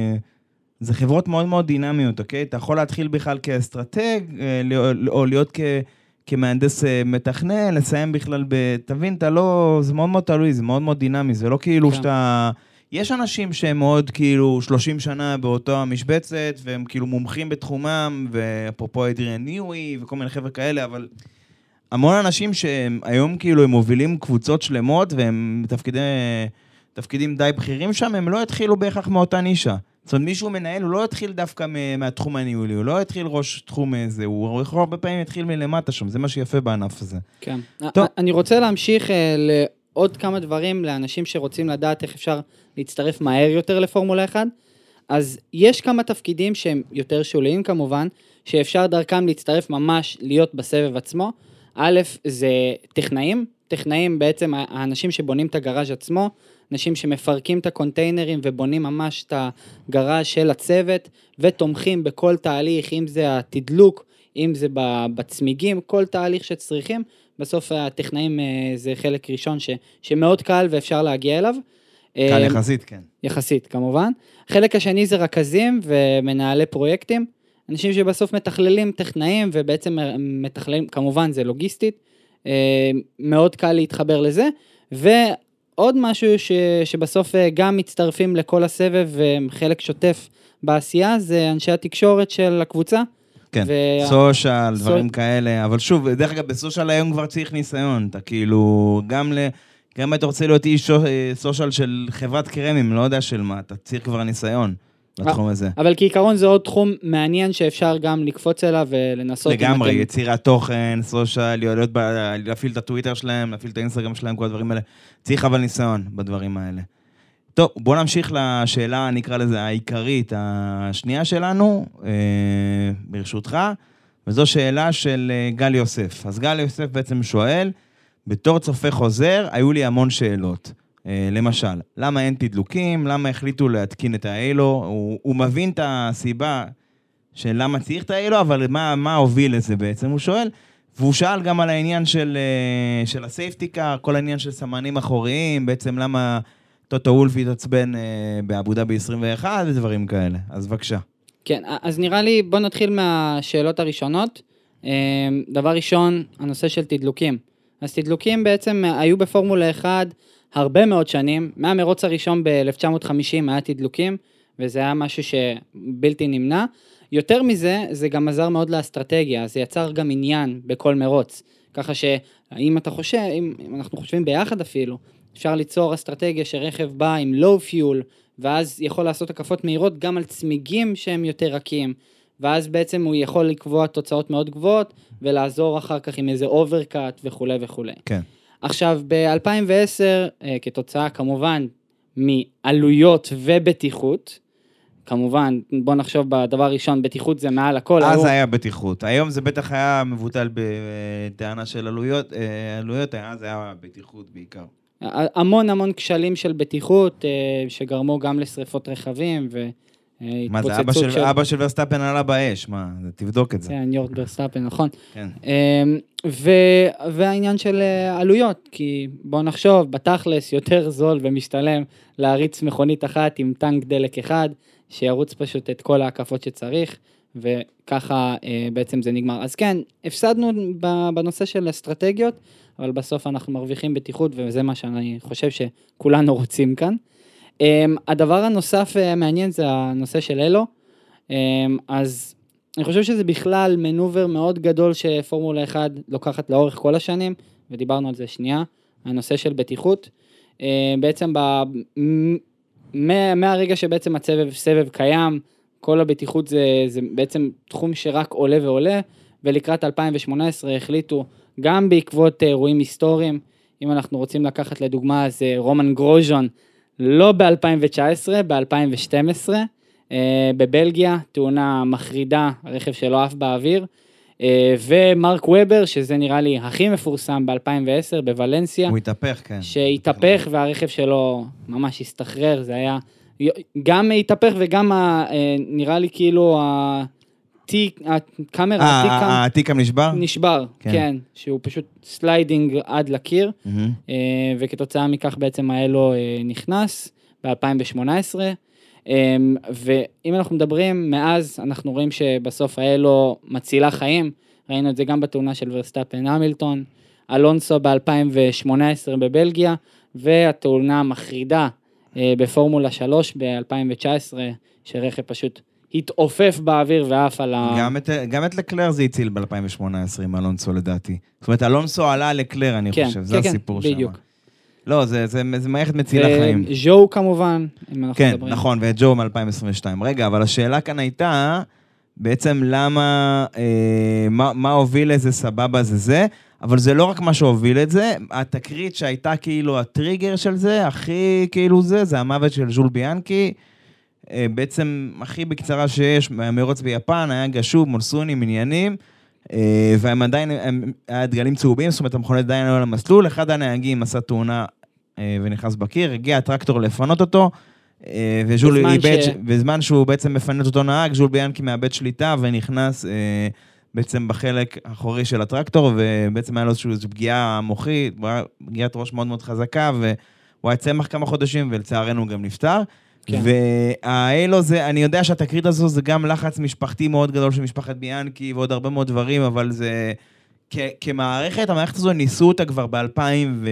זה חברות מאוד מאוד דינמיות, אוקיי? אתה יכול להתחיל בכלל כאסטרטג, או להיות כ, כמהנדס מתכנן, לסיים בכלל ב... תבין, אתה לא, זה מאוד מאוד תלוי, זה מאוד מאוד דינמי, זה לא כאילו שאתה... יש אנשים שהם מאוד כאילו שלושים שנה באותו המשבצת, והם כאילו מומחים בתחומם, ואפרופו אדריאן ניואי, וכל מיני חבר'ה כאלה, אבל המון אנשים שהם היום כאילו הם מובילים קבוצות שלמות, והם בתפקידי, תפקידים די בכירים שם, הם לא התחילו בהכרח מאותה נישה. זאת אומרת, מישהו מנהל, הוא לא התחיל דווקא מהתחום הניהולי, הוא לא התחיל ראש תחום איזה, הוא יכול הרבה פעמים התחיל מלמטה שם, זה מה שיפה בענף הזה. כן. טוב. אני רוצה להמשיך לעוד כמה דברים לאנשים שרוצים לדעת איך אפשר להצטרף מהר יותר לפורמולה אחת. אז יש כמה תפקידים שהם יותר שוליים כמובן, שאפשר דרכם להצטרף ממש להיות בסבב עצמו. א', זה טכנאים, טכנאים בעצם האנשים שבונים את הגראז' עצמו, אנשים שמפרקים את הקונטיינרים ובונים ממש את הגראז' של הצוות, ותומכים בכל תהליך, אם זה התדלוק, אם זה בצמיגים, כל תהליך שצריכים, בסוף הטכנאים זה חלק ראשון ש, שמאוד קל ואפשר להגיע אליו. קל יחסית, כן. יחסית, כמובן. חלק השני זה רכזים ומנהלי פרויקטים, אנשים שבסוף מתכללים טכנאים, ובעצם מתכללים, כמובן זה לוגיסטית, מאוד קל להתחבר לזה, ועוד משהו ש, שבסוף גם מצטרפים לכל הסבב, וחלק שוטף בעשייה, זה אנשי התקשורת של הקבוצה. כן, ו... סושל, דברים סול... כאלה, אבל שוב, דרך אגב, בסושל היום כבר צריך ניסיון, אתה כאילו, גם ל... גם אתה רוצה להיות איש סושל של חברת קרמים, לא יודע של מה, אתה צריך כבר ניסיון. בתחום הזה. אבל כעיקרון זה עוד תחום מעניין שאפשר גם לקפוץ אליו ולנסות... לגמרי, יצירת תוכן, סושיאל, להיות, להפעיל את הטוויטר שלהם, להפעיל את האינסטגרם שלהם, כל הדברים האלה. צריך אבל ניסיון בדברים האלה. טוב, בואו נמשיך לשאלה, נקרא לזה, העיקרית, השנייה שלנו, ברשותך, וזו שאלה של גל יוסף. אז גל יוסף בעצם שואל, בתור צופה חוזר, היו לי המון שאלות. למשל, למה אין תדלוקים, למה החליטו להתקין את האילו, הוא, הוא מבין את הסיבה של למה צריך את האילו, אבל מה, מה הוביל לזה בעצם, הוא שואל, והוא שאל גם על העניין של, של הסייפטיקה, כל העניין של סמנים אחוריים, בעצם למה טוטו וולף התעצבן באבו דאבי עשרים ואחת ודברים כאלה, אז בבקשה. כן, אז נראה לי, בוא נתחיל מהשאלות הראשונות. דבר ראשון, הנושא של תדלוקים. אז תדלוקים בעצם היו בפורמולה אחת, הרבה מאוד שנים, מהמרוץ הראשון ב-אלף תשע מאות וחמישים היה תדלוקים, וזה היה משהו שבלתי נמנע. יותר מזה, זה גם עזר מאוד לאסטרטגיה, זה יצר גם עניין בכל מרוץ. ככה שאם אתה חושב, אם, אם אנחנו חושבים ביחד אפילו, אפשר ליצור אסטרטגיה שרכב בא עם low fuel, ואז יכול לעשות הקפות מהירות גם על צמיגים שהם יותר רכים, ואז בעצם הוא יכול לקבוע תוצאות מאוד גבוהות, ולעזור אחר כך עם איזה overcut וכו' וכו'. כן. עכשיו, ב-אלפיים ועשר, כתוצאה כמובן מעלויות ובטיחות, כמובן, בוא נחשוב בדבר ראשון, בטיחות זה מעל הכל. אז היה בטיחות. היום זה בטח היה מבוטל בטענה של עלויות, עלויות, אז היה בטיחות בעיקר. המון המון כשלים של בטיחות, שגרמו גם לשריפות רכבים, ו... מה זה, אבא של, אבא של ורסטאפן עלה באש, מה, תבדוק את זה. כן, יורד ורסטאפן, נכון. כן. והעניין של עלויות, כי בוא נחשוב, בתכלס יותר זול ומשתלם להריץ מכונית אחת עם טנק דלק אחד, שירוץ פשוט את כל ההקפות שצריך, וככה בעצם זה נגמר. אז כן, הפסדנו בנושא של אסטרטגיות, אבל בסוף אנחנו מרוויחים בטיחות, וזה מה שאני חושב שכולנו רוצים כאן. הדבר הנוסף המעניין זה הנושא של אלו, אז אני חושב שזה בכלל מנובר מאוד גדול שפורמולה אחת לוקחת לאורך כל השנים, ודיברנו על זה שנייה, הנושא של בטיחות, בעצם ב... מהרגע שבעצם הצבב סבב קיים, כל הבטיחות זה, זה בעצם תחום שרק עולה ועולה, ולקראת אלפיים שמונה עשרה החליטו, גם בעקבות אירועים היסטוריים, אם אנחנו רוצים לקחת לדוגמה, אז רומן גרוז'ון, לא ב-אלפיים תשע עשרה, ב-אלפיים ושתים עשרה, בבלגיה, תאונה מחרידה, הרכב שלו עף באוויר, ומרק וובר, שזה נראה לי הכי מפורסם ב-אלפיים ועשר, בוולנסיה. הוא התהפך, כן. שהתהפך והרכב שלו ממש הסתחרר, זה היה גם התהפך וגם נראה לי כאילו הקאמרה, התיקם נשבר? נשבר, כן, שהוא פשוט סליידינג עד לקיר, וכתוצאה מכך בעצם האלו נכנס ב-אלפיים שמונה עשרה, ואם אנחנו מדברים, מאז אנחנו רואים שבסוף האלו מצילה חיים, ראינו את זה גם בתאונה של ורסטאפן המילטון, אלונסו ב-אלפיים שמונה עשרה בבלגיה, והתאונה המחרידה בפורמולה שלוש ב-אלפיים תשע עשרה, שרכב פשוט התעופף באוויר ואף על ה... גם את, גם את לקלר זה הציל ב-אלפיים שמונה עשרה עם אלונסו לדעתי. זאת אומרת, אלונסו עלה לקלר, אני כן, חושב, כן, זה כן, הסיפור בדיוק. שם. לא, זה, זה, זה מערכת מצילה חיים. וז'ו כמובן, אם אנחנו כן, מדברים. נכון, וג'ו מ-אלפיים עשרים ושתיים. רגע, אבל השאלה כאן הייתה, בעצם למה, אה, מה, מה הוביל איזה סבבה זה זה, אבל זה לא רק מה שהוביל את זה, התקרית שהייתה כאילו הטריגר של זה, הכי כאילו זה, זה המוות של ז'ול ביאנקי, אה, בעצם הכי בקצרה שיש, מרוץ ביפן, היה גשוב, מונסונים, עניינים, אה, והם עדיין, הם, היה דגלים צהובים, זאת אומרת, המכונית עדיין היו על המסלול, אחד הנהגים עשה תאונה אה, ונכנס בקיר, הגיע הטרקטור לפנות אותו, אה, וז'ול איבד, ש... בזמן שהוא בעצם מפנה את אותו נהג, ז'ול ביאנקי מאבד שליטה ונכנס אה, בעצם בחלק האחורי של הטרקטור, ובעצם היה לו איזושהי פגיעה מוחית, פגיעת ראש מאוד מאוד חזקה, והוא היה צמח כמה חודשים, ולצערנו גם נפטר. כן. והאלו זה, אני יודע שהתקרית הזו זה גם לחץ משפחתי מאוד גדול של משפחת ביאנקי, ועוד הרבה מאוד דברים, אבל זה, כ- כמערכת, המערכת הזו ניסו אותה כבר ב-אלפיים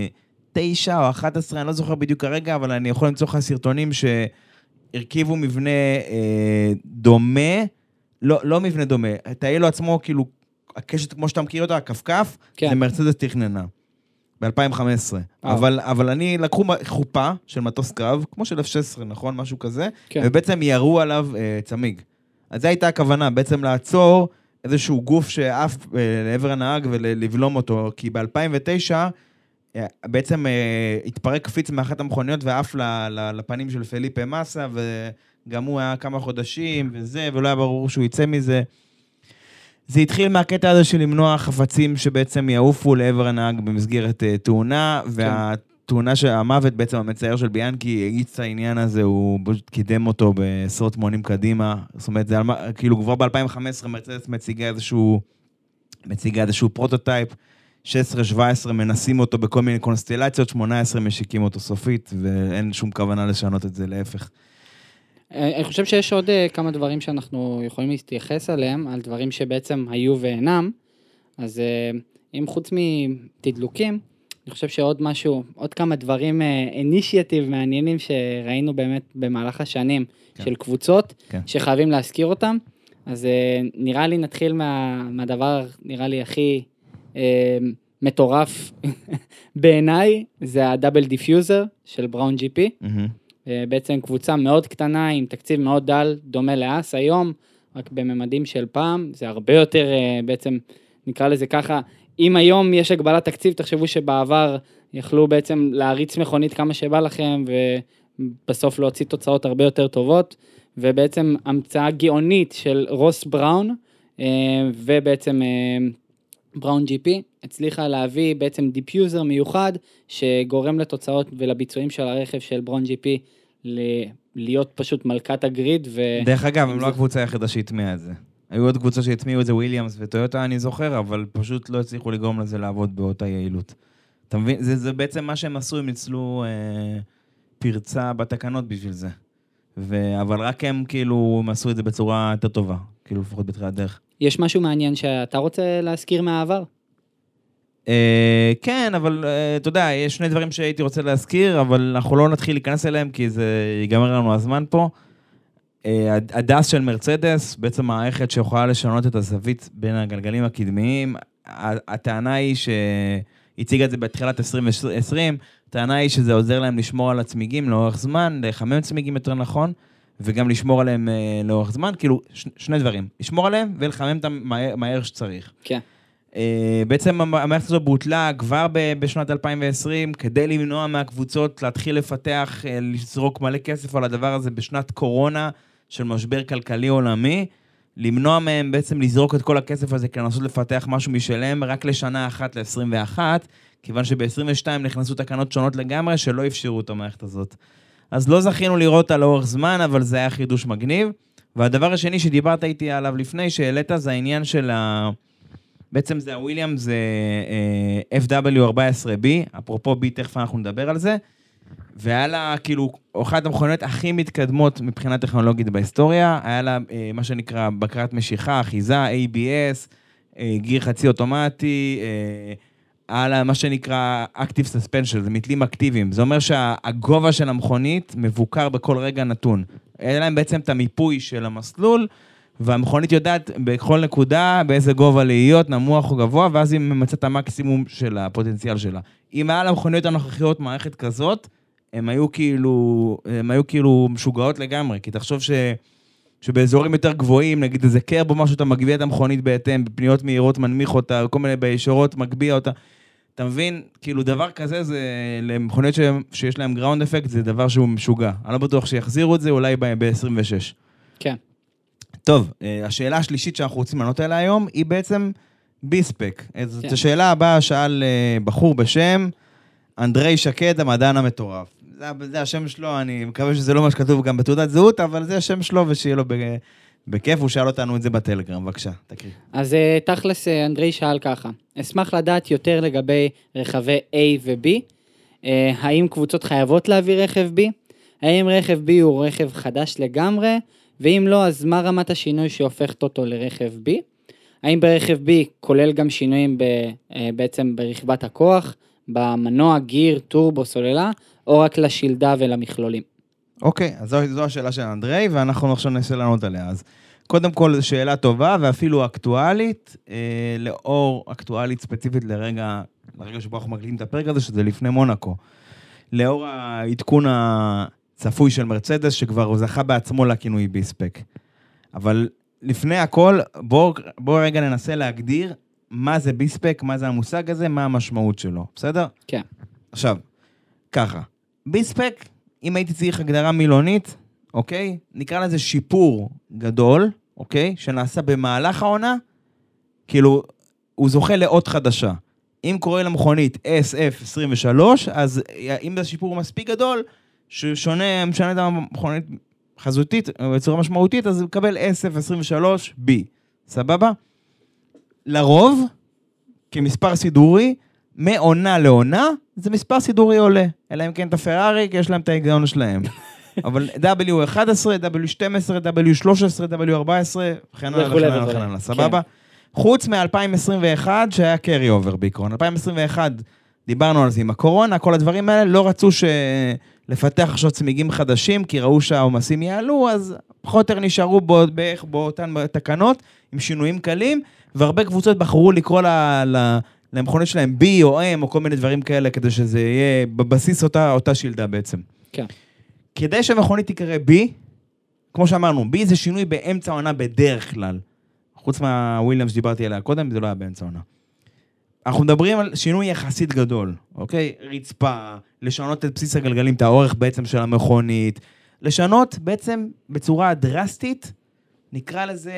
ותשע או אחת עשרה, אני לא זוכר בדיוק כרגע, אבל אני יכול למצוא לך סרטונים שהרכיבו מבנה אה, דומה, לא, לא מבנה דומה, את האלו עצמו, כאילו, הקשת כמו שאתה מכיר אותה, הכפכף, כן. זה מרצדס תכננה. ב-אלפיים וחמש עשרה. אבל, אבל אני לקחו חופה של מטוס קרב, כמו של אף שש עשרה, נכון? משהו כזה, כן. ובעצם ירו עליו אה, צמיג. אז זו הייתה הכוונה, בעצם לעצור איזשהו גוף שאף אה, לעבר הנהג ולבלום אותו, כי ב-אלפיים ותשע אה, בעצם אה, התפרק קפיץ מאחת המכוניות ואף ל, ל, לפנים של פליפה מסה, וגם הוא היה כמה חודשים וזה, ולא היה ברור שהוא יצא מזה. זה התחיל מהקטע הזה של למנוע חפצים שבעצם יעופו לעבר הנהג במסגרת uh, תאונה, כן. והתאונה של המוות בעצם המצייר של ביאנקי הגיץ את העניין הזה, הוא קידם אותו בעשרות מונים קדימה, זאת אומרת, זה כאילו כבר ב-אלפיים וחמש עשרה מרצדס מציגה איזשהו, מציגה איזשהו פרוטוטייפ, שש עשרה שבע עשרה מנסים אותו בכל מיני קונסטלציות, שמונה עשרה משיקים אותו סופית, ואין שום כוונה לשנות את זה, להפך. אני חושב שיש עוד כמה דברים שאנחנו יכולים להתייחס עליהם, על דברים שבעצם היו ואינם, אז אם חוץ מתדלוקים, אני חושב שעוד משהו, עוד כמה דברים אינישייטיב מעניינים שראינו באמת במהלך השנים כן. של קבוצות, כן. שחייבים להזכיר אותם, אז נראה לי נתחיל מה, מהדבר, נראה לי הכי אה, מטורף בעיניי, זה הדאבל דיפיוזר של בראון ג'י פי, mm-hmm. בעצם קבוצה מאוד קטנה, עם תקציב מאוד דל, דומה לאס היום, רק בממדים של פעם, זה הרבה יותר, בעצם נקרא לזה ככה, אם היום יש הגבלת תקציב, תחשבו שבעבר יכלו בעצם להריץ מכונית כמה שבא לכם, ובסוף להוציא תוצאות הרבה יותר טובות, ובעצם המצאה גאונית של רוס בראון, ובעצם בראון ג'י פי, הצליחה להביא בעצם דיפיוזר מיוחד, שגורם לתוצאות ולביצועים של הרכב של בראון ג'י פי, להיות פשוט מלכת הגריד. ו... דרך אגב, הם לא הקבוצה היחידה שהטמיעה את זה. היו עוד קבוצה שהטמיעו את זה, וויליאמס וטויוטה, אני זוכר, אבל פשוט לא הצליחו לגרום לזה לעבוד באותה יעילות. אתה מבין? זה, זה בעצם מה שהם עשו, הם ניצלו אה, פרצה בתקנות בשביל זה. ו... אבל רק הם כאילו, הם עשו את זה בצורה יותר טובה. כאילו לפחות בתחילת הדרך. יש משהו מעניין שאתה רוצה להזכיר מהעבר? כן, אבל אתה יודע, יש שני דברים שהייתי רוצה להזכיר, אבל אנחנו לא נתחיל להיכנס אליהם, כי זה ייגמר לנו הזמן פה. הדס של מרצדס, בעצם מערכת שיכולה לשנות את הזווית בין הגלגלים הקדמיים. הטענה היא שהציגה את זה בתחילת עשרים עשרים, הטענה היא שזה עוזר להם לשמור על הצמיגים לאורך זמן, לחמם צמיגים יותר נכון, וגם לשמור עליהם לאורך זמן, כאילו שני דברים, לשמור עליהם ולחמם אותם מהר שצריך. כן. בעצם המערכת הזו בוטלה כבר בשנת אלפיים ועשרים, כדי למנוע מהקבוצות להתחיל לפתח, לזרוק מלא כסף על הדבר הזה בשנת קורונה של משבר כלכלי עולמי, למנוע מהם בעצם לזרוק את כל הכסף הזה כדי לנסות לפתח משהו משלם רק לשנה אחת ל-עשרים ואחת, כיוון שב-עשרים ושתיים נכנסו תקנות שונות לגמרי שלא אפשרו את המערכת הזאת. אז לא זכינו לראות אותה לאורך זמן, אבל זה היה חידוש מגניב. והדבר השני שדיברת איתי עליו לפני, שהעלית, זה העניין של ה... בעצם זה הוויליאם, זה אף דאבליו ארבע עשרה בי, אפרופו בי, תכף אנחנו נדבר על זה, והיה לה כאילו, אחת המכוניות הכי מתקדמות מבחינה טכנולוגית בהיסטוריה, היה לה מה שנקרא בקרת משיכה, אחיזה, איי בי אס, גיר חצי אוטומטי, היה לה מה שנקרא Active Suspension, זה מתלים אקטיביים, זה אומר שהגובה של המכונית מבוקר בכל רגע נתון. היה להם בעצם את המיפוי של המסלול, והמכונית יודעת בכל נקודה באיזה גובה להיות, נמוך או גבוה, ואז היא ממצאת המקסימום של הפוטנציאל שלה. אם היה למכוניות הנוכחיות מערכת כזאת, הם היו כאילו, הם היו כאילו משוגעות לגמרי, כי תחשוב ש, שבאזורים יותר גבוהים, נגיד איזה קרב או משהו, אתה מגביע את המכונית בהתאם, בפניות מהירות מנמיך אותה, כל מיני בישורות מגביע אותה. אתה מבין? כאילו דבר כזה, זה למכוניות ש, שיש להם גראונד אפקט, זה דבר שהוא משוגע. אני לא בטוח שיחזירו את זה, אולי ב-עשרים ושש. כן. טוב, השאלה השלישית שאנחנו רוצים לענות עליה היום, היא בעצם ביספק. את השאלה הבאה שאל בחור בשם אנדרי שקד, המדען המטורף. זה, זה השם שלו, אני מקווה שזה לא מה שכתוב גם בתעודת זהות, אבל זה השם שלו ושיהיה לו בכיף, הוא שאל אותנו את זה בטלגרם. בבקשה, תקריא. אז תכלס אנדרי שאל ככה, אשמח לדעת יותר לגבי רכבי A ו-B, האם קבוצות חייבות להביא רכב B? האם רכב B הוא רכב חדש לגמרי? ואם לא, אז מה רמת השינוי שהופכת אותו לרכב B? האם ברכב B כולל גם שינויים ב, בעצם ברכבת הכוח, במנוע, גיר, טורבו, סוללה, או רק לשילדה ולמכלולים? אוקיי, אז זו, זו השאלה של אנדרי, ואנחנו עכשיו ננסה לענות עליה. אז קודם כל, זו שאלה טובה, ואפילו אקטואלית, אה, לאור אקטואלית ספציפית לרגע, לרגע שבו אנחנו מקליטים את הפרק הזה, שזה לפני מונקו. לאור העדכון ה... צפוי של מרצדס, שכבר זכה בעצמו לכינוי ביספק. אבל לפני הכל, בואו בוא רגע ננסה להגדיר מה זה ביספק, מה זה המושג הזה, מה המשמעות שלו. בסדר? כן. עכשיו, ככה. ביספק, אם הייתי צריך הגדרה מילונית, אוקיי? נקרא לזה שיפור גדול, אוקיי? שנעשה במהלך העונה, כאילו, הוא זוכה לאות חדשה. אם קורא למכונית אס אף עשרים ושלוש, אז אם זה שיפור מספיק גדול, ששונה, משנה את המכונית חזותית, בצורה משמעותית, אז הוא מקבל אס אף עשרים ושלוש בי. סבבה? לרוב, כמספר סידורי, מעונה לעונה, זה מספר סידורי עולה. אלא אם כן את הפרארי, כי יש להם את ההיגיון שלהם. אבל דאבליו אחת עשרה, דאבליו שתים עשרה, דאבליו שלוש עשרה, דאבליו ארבע עשרה, וכן הלאה, וכן הלאה, וכן הלאה. סבבה? חוץ מ-אלפיים עשרים ואחת, שהיה קרי אובר בעיקרון. אלפיים עשרים ואחת, דיברנו על זה עם הקורונה, כל הדברים האלה, לא רצו ש... לפתח עכשיו צמיגים חדשים, כי ראו שהעומסים יעלו, אז פחות יותר נשארו בו, בערך באותן תקנות, עם שינויים קלים, והרבה קבוצות בחרו לקרוא לה, לה, למכונית שלהם B או M, או כל מיני דברים כאלה, כדי שזה יהיה בבסיס אותה, אותה שילדה בעצם. כן. כדי שהמכונית תקרא B, כמו שאמרנו, B זה שינוי באמצע העונה בדרך כלל. חוץ מהוויליאמס שדיברתי עליה קודם, זה לא היה באמצע העונה. אנחנו מדברים על שינוי יחסית גדול, אוקיי? רצפה, לשנות את בסיס הגלגלים, את האורך בעצם של המכונית, לשנות בעצם בצורה דרסטית, נקרא לזה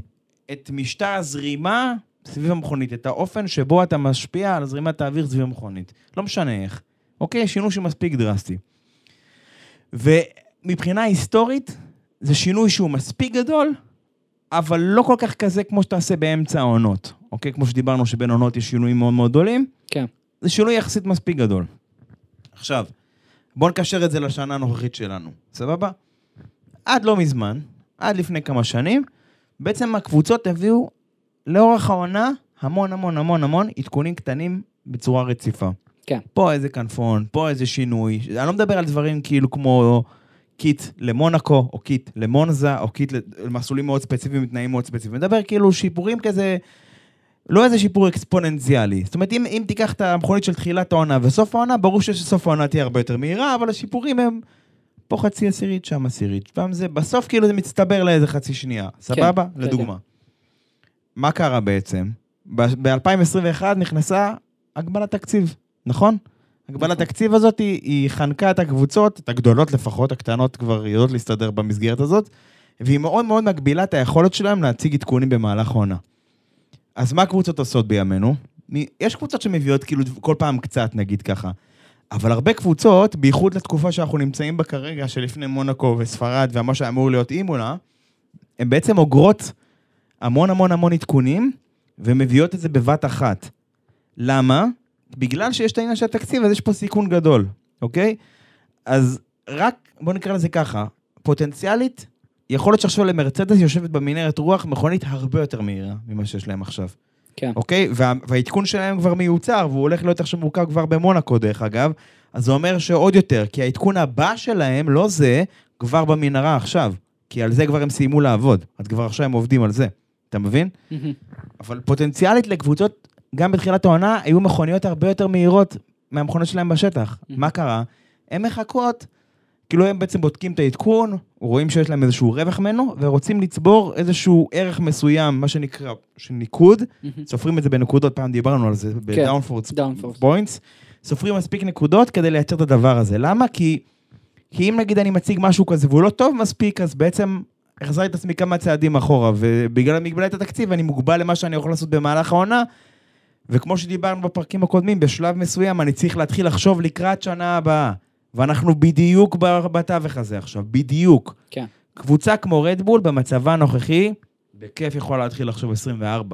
את משטר הזרימה סביב המכונית, את האופן שבו אתה משפיע על זרימת האוויר סביב המכונית. לא משנה איך. אוקיי? שינוי שמספיק דרסטי. ומבחינה היסטורית, זה שינוי שהוא מספיק גדול, אבל לא כל כך כזה כמו שתעשה באמצע העונות. אוקיי? כמו שדיברנו שבין עונות יש שינויים מאוד מאוד גדולים. כן. זה שינוי יחסית מספיק גדול. עכשיו, בואו נקשר את זה לשנה הנוכחית שלנו. סבבה? עד לא מזמן, עד לפני כמה שנים, בעצם הקבוצות הביאו לאורך העונה המון המון המון המון עדכונים קטנים בצורה רציפה. כן. פה איזה כנפון, פה איזה שינוי. אני לא מדבר על דברים כאילו כמו קיט למונקו, או קיט למונזה, או קיט למסלולים מאוד ספציפיים, מתנאים מאוד ספציפיים. אני מדבר כאילו שיפורים כזה, לא איזה שיפור אקספוננציאלי. זאת אומרת, אם, אם תיקח את המכונית של תחילת העונה וסוף העונה, ברור שסוף העונה תהיה הרבה יותר מהירה, אבל השיפורים הם פה חצי עשירית, שם עשירית. פעם זה, בסוף כאילו זה מצטבר לאיזה חצי שנייה. סבבה? כן, לדוגמה. כן. מה קרה בעצם? ב-אלפיים עשרים ואחת נכנסה הגבלת תקציב, נכון? הגבלת התקציב הזאת היא, היא חנקה את הקבוצות, את הגדולות לפחות, הקטנות כבר יודעות להסתדר במסגרת הזאת, והיא מאוד מאוד מגבילה את היכולת שלהם להציג עדכונים במהלך העונה. אז מה הקבוצות עושות בימינו? יש קבוצות שמביאות כאילו כל פעם קצת, נגיד ככה, אבל הרבה קבוצות, בייחוד לתקופה שאנחנו נמצאים בה כרגע, שלפני מונקו וספרד, ומה שאמור להיות אימונה, הן בעצם אוגרות המון המון המון עדכונים, ומביאות את זה בבת אחת. למה? בגלל שיש את העניין של התקציב, אז יש פה סיכון גדול, אוקיי? אז רק, בוא נקרא לזה ככה, פוטנציאלית, יכול להיות שעכשיו למרצדס יושבת במנהרת רוח מכונית הרבה יותר מהירה ממה שיש להם עכשיו. כן. אוקיי? וה, והעדכון שלהם כבר מיוצר, והוא הולך להיות עכשיו מורכב כבר במונקו, דרך אגב, אז זה אומר שעוד יותר, כי העדכון הבא שלהם, לא זה, כבר במנהרה עכשיו, כי על זה כבר הם סיימו לעבוד, אז כבר עכשיו הם עובדים על זה, אתה מבין? אבל פוטנציאלית לקבוצות, גם בתחילת העונה, היו מכוניות הרבה יותר מהירות מהמכונות שלהם בשטח. מה קרה? הם מחכות, כאילו הם בעצם בודקים את העדכון, רואים שיש להם איזשהו רווח ממנו, ורוצים לצבור איזשהו ערך מסוים, מה שנקרא, של ניקוד, סופרים את זה בנקודות, פעם דיברנו על זה, ב-downforce points, סופרים מספיק נקודות כדי לייצר את הדבר הזה. למה? כי, כי אם נגיד אני מציג משהו כזה, והוא לא טוב מספיק, אז בעצם החזר את עצמי כמה צעדים אחורה, ובגלל המגבלת התקציב, אני מוגבל למה שאני יכול לעשות במהלך העונה, וכמו שדיברנו בפרקים הקודמים, בשלב מסוים אני צריך להתחיל לחשוב לקראת שנה הבאה, ואנחנו בדיוק בתווך הזה עכשיו, בדיוק. כן. קבוצה כמו רדבול במצבה הנוכחי, בכיף יכולה להתחיל לחשוב עשרים וארבע.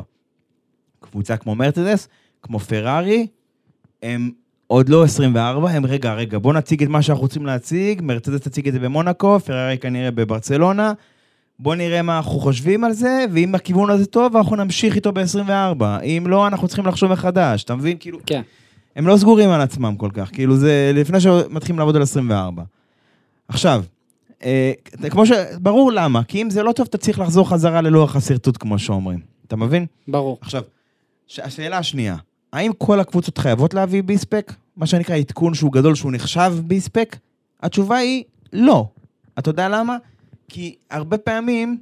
קבוצה כמו מרצדס, כמו פרארי, הם עוד לא עשרים וארבע, הם רגע, רגע, בוא נציג את מה שאנחנו רוצים להציג, מרצדס תציג את זה במונקו, פרארי כנראה בברצלונה, בוא נראה מה אנחנו חושבים על זה, ואם הכיוון הזה טוב, אנחנו נמשיך איתו ב-עשרים וארבע. אם לא, אנחנו צריכים לחשוב מחדש, אתה מבין? כאילו, כן. הם לא סגורים על עצמם כל כך, כאילו זה לפני שמתחילים לעבוד על עשרים וארבע. עכשיו, אה, כמו שברור למה, כי אם זה לא טוב, אתה צריך לחזור חזרה ללוח הסרטוט, כמו שאומרים. אתה מבין? ברור. עכשיו, השאלה השנייה, האם כל הקבוצות חייבות להביא ביספק? מה שנקרא עדכון שהוא גדול, שהוא נחשב ביספק? התשובה היא לא. אתה יודע למה? כי הרבה פעמים,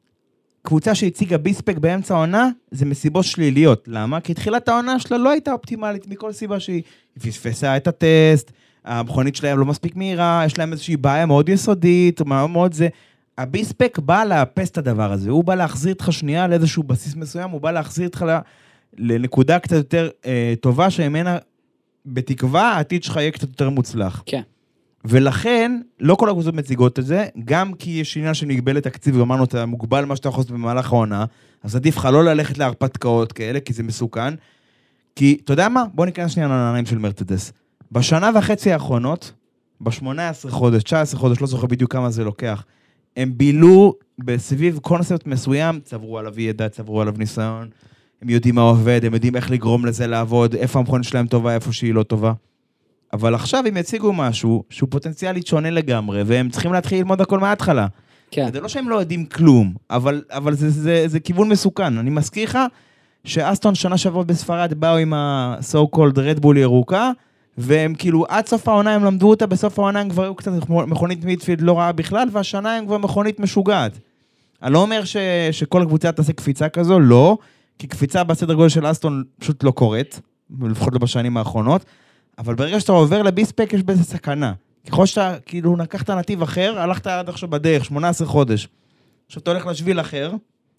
קבוצה שהציגה ביספק באמצע העונה, זה מסיבות שליליות. למה? כי תחילת העונה שלה לא הייתה אופטימלית, מכל סיבה שהיא פספסה את הטסט, המכונית שלהם לא מספיק מהירה, יש להם איזושהי בעיה מאוד יסודית, מאוד מאוד זה. הביספק בא לאפס את הדבר הזה, הוא בא להחזיר אותך שנייה לאיזשהו בסיס מסוים, הוא בא להחזיר אותך לנקודה קצת יותר אה, טובה, שממנה בתקווה העתיד שלך יהיה קצת יותר מוצלח. כן. ולכן, לא כל הקבוצות מציגות את זה, גם כי יש עניין של מגבלת תקציב, ואמרנו, אתה מוגבל מה שאתה יכול לעשות במהלך העונה, אז עדיף לך לא ללכת להרפתקאות כאלה, כי זה מסוכן. כי, אתה יודע מה? בוא ניכנס שנייה לנעליים של מרצדס. בשנה וחצי האחרונות, ב-שמונה עשרה חודש, תשע עשרה חודש, לא זוכר בדיוק כמה זה לוקח, הם בילו בסביב קונספט מסוים, צברו עליו ידע, צברו עליו ניסיון, הם יודעים מה עובד, הם יודעים איך לגרום לזה לעבוד, איפה המכונית שלהם טובה, איפה שהיא לא טובה. אבל עכשיו הם יציגו משהו שהוא פוטנציאלית שונה לגמרי, והם צריכים להתחיל ללמוד הכל מההתחלה. כן. זה לא שהם לא יודעים כלום, אבל, אבל זה, זה, זה כיוון מסוכן. אני מזכיר לך שאסטון שנה שעברה בספרד באו עם ה-so called Red Bull ירוקה, והם כאילו עד סוף העונה הם למדו אותה, בסוף העונה הם כבר היו קצת מכונית מידפילד לא רעה בכלל, והשנה הם כבר מכונית משוגעת. אני לא אומר ש, שכל הקבוצה תעשה קפיצה כזו, לא, כי קפיצה בסדר גודל של אסטון פשוט לא קורית, לפחות לא בשנים האחרונות, אבל ברגע שאתה עובר לביספק יש בזה סכנה. ככל שאתה כאילו לקחת נתיב אחר, הלכת עד עכשיו בדרך, שמונה עשרה חודש. עכשיו אתה הולך לשביל אחר,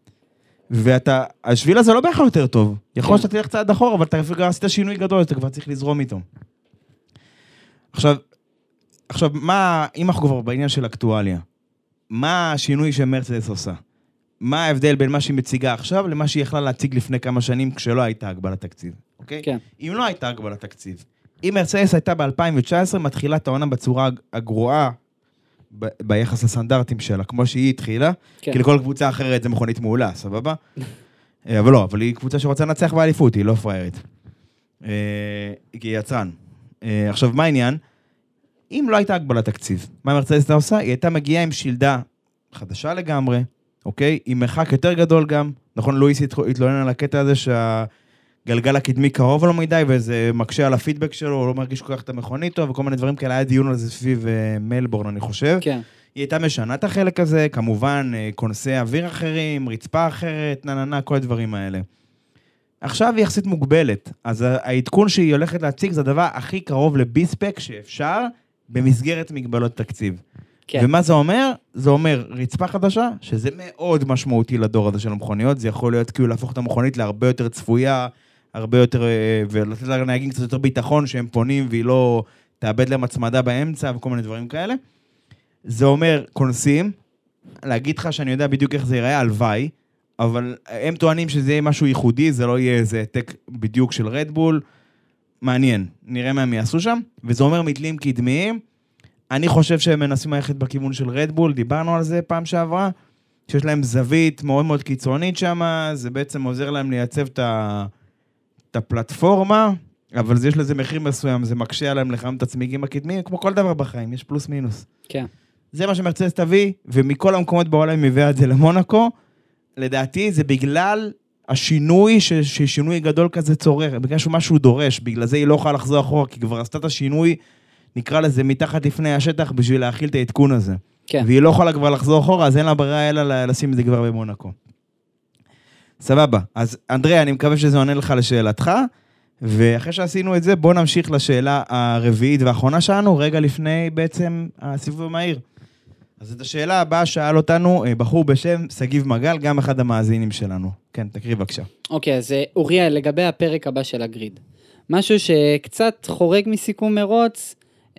ואתה, השביל הזה לא בהכרח יותר טוב. יכול שאתה תלך צעד אחורה, אבל אתה כבר עשית שינוי גדול, אתה כבר צריך לזרום איתו. עכשיו, עכשיו, מה, אם אנחנו כבר בעניין של אקטואליה, מה השינוי שמרצדס עושה? מה ההבדל בין מה שהיא מציגה עכשיו, למה שהיא יכלה להציג לפני כמה שנים, כשלא הייתה הגבלת תקציב? אוקיי? כן. אם לא הייתה הגבלת תקציב, אם מרצדס הייתה ב-אלפיים תשע עשרה, מתחילה את העונה בצורה הגרועה ב- ביחס לסטנדרטים שלה, כמו שהיא התחילה, כן. כי לכל קבוצה אחרת זה מכונית מעולה, סבבה? אבל לא, אבל היא קבוצה שרוצה לנצח באליפות, היא לא פריירית. כי היא יצרן. עכשיו, מה העניין? אם לא הייתה הגבלת תקציב, מה מרצדס הייתה עושה? היא הייתה מגיעה עם שילדה חדשה לגמרי, אוקיי? עם מרחק יותר גדול גם. נכון, לואיס התלונן על הקטע הזה שהגלגל הקדמי קרוב לו מדי, וזה מקשה על הפידבק שלו, הוא לא מרגיש כל כך את המכונית טוב, וכל מיני דברים כאלה, היה דיון על זה סביב מלבורן, אני חושב. כן. היא הייתה משנה את החלק הזה, כמובן, קונסי אוויר אחרים, רצפה אחרת, נננה, כל הדברים האלה. עכשיו היא יחסית מוגבלת, אז העדכון שהיא הולכת להציג זה הדבר הכי קרוב לביספק שאפשר, במסגרת מגבלות תקציב. כן. ומה זה אומר? זה אומר רצפה חדשה, שזה מאוד משמעותי לדור הזה של המכוניות, זה יכול להיות כאילו להפוך את המכונית להרבה יותר צפויה, הרבה יותר, ולתת לנהגים קצת יותר ביטחון שהם פונים, והיא לא תאבד להם הצמדה באמצע, וכל מיני דברים כאלה. זה אומר קונסים, להגיד לך שאני יודע בדיוק איך זה ייראה, הלוואי, אבל הם טוענים שזה יהיה משהו ייחודי, זה לא יהיה איזה העתק בדיוק של רדבול, מעניין, נראה מה הם יעשו שם, וזה אומר מתלים קדמיים, אני חושב שהם מנסים ללכת בכיוון של רדבול, דיברנו על זה פעם שעברה, שיש להם זווית מאוד מאוד קיצונית שם, זה בעצם עוזר להם לייצב את הפלטפורמה, אבל יש לזה מחיר מסוים, זה מקשה עליהם לחמם את הצמיגים הקדמיים, כמו כל דבר בחיים, יש פלוס מינוס. כן. זה מה שמרצדס תביא, ומכל המקומות בעולם היא מביאה את זה למונקו, לדעתי זה בגלל השינוי, ששינוי גדול כזה צורך, בגלל שהוא משהו דורש, בגלל זה היא לא יכולה לחזור אחורה, כי כבר עשתה את השינוי, נקרא לזה מתחת לפני השטח, בשביל להכיל את העדכון הזה. כן. והיא לא יכולה כבר לחזור אחורה, אז אין לה ברירה אלא לשים את זה כבר במונקו. סבבה. אז אנדריה, אני מקווה שזה עונה לך לשאלתך, ואחרי שעשינו את זה, בוא נמשיך לשאלה הרביעית והאחרונה שלנו, רגע לפני בעצם הסיבוב המהיר. אז את השאלה הבאה שאל אותנו בחור בשם סגיב מגל, גם אחד המאזינים שלנו. כן, תקריא בבקשה. אוקיי, אז אוריה, לגבי הפרק הבא של הגריד. משהו שקצת חורג מסיכום מרוץ,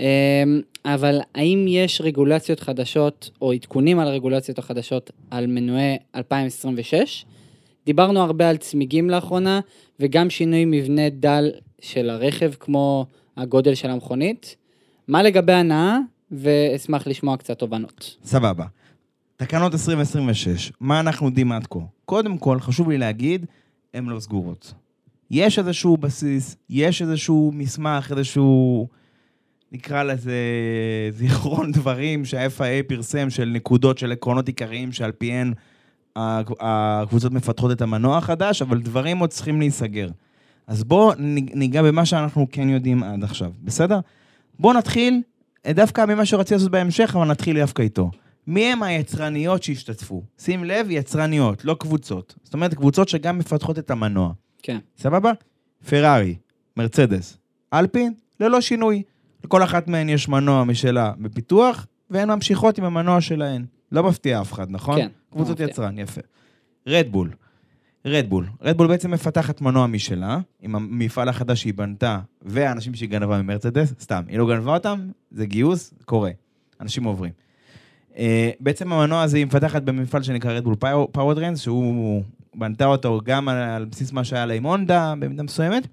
אבל האם יש רגולציות חדשות, או עדכונים על הרגולציות החדשות על מנועי אלפיים עשרים ושש? דיברנו הרבה על צמיגים לאחרונה, וגם שינוי מבנה דל של הרכב, כמו הגודל של המכונית. מה לגבי הנאה? ואשמח לשמוע קצת תובנות. סבבה. תקנות עשרים עשרים ושש, מה אנחנו יודעים עד כה? קודם כל, חשוב לי להגיד, הן לא סגורות. יש איזשהו בסיס, יש איזשהו מסמך, איזשהו, נקרא לזה, זיכרון דברים שה-אף איי איי פרסם של נקודות, של עקרונות עיקריים, שעל פיהן הקבוצות מפתחות את המנוע החדש, אבל דברים עוד צריכים להיסגר. אז בואו ניגע במה שאנחנו כן יודעים עד עכשיו, בסדר? בואו נתחיל דווקא ממה שרציתי לעשות בהמשך, אבל נתחיל דווקא איתו. מי הם היצרניות שהשתתפו? שים לב, יצרניות, לא קבוצות. זאת אומרת, קבוצות שגם מפתחות את המנוע. כן. סבבה? פרארי, מרצדס, אלפין, ללא שינוי. לכל אחת מהן יש מנוע משלה בפיתוח, והן ממשיכות עם המנוע שלהן. לא מפתיע אף אחד, נכון? כן. קבוצות יצרן, יפה. רדבול. רדבול. רדבול בעצם מפתחת מנוע משלה, עם המפעל החדש שהיא בנתה, והאנשים שהיא גנבה ממרצדס, סתם, היא לא גנבה אותם, זה גיוס, קורה. אנשים עוברים. Uh, בעצם המנוע הזה היא מפתחת במפעל שנקרא רדבול פאוורטריינס, שהוא בנתה אותו גם על, על בסיס מה שהיה לה עם הונדה, במידה מסוימת,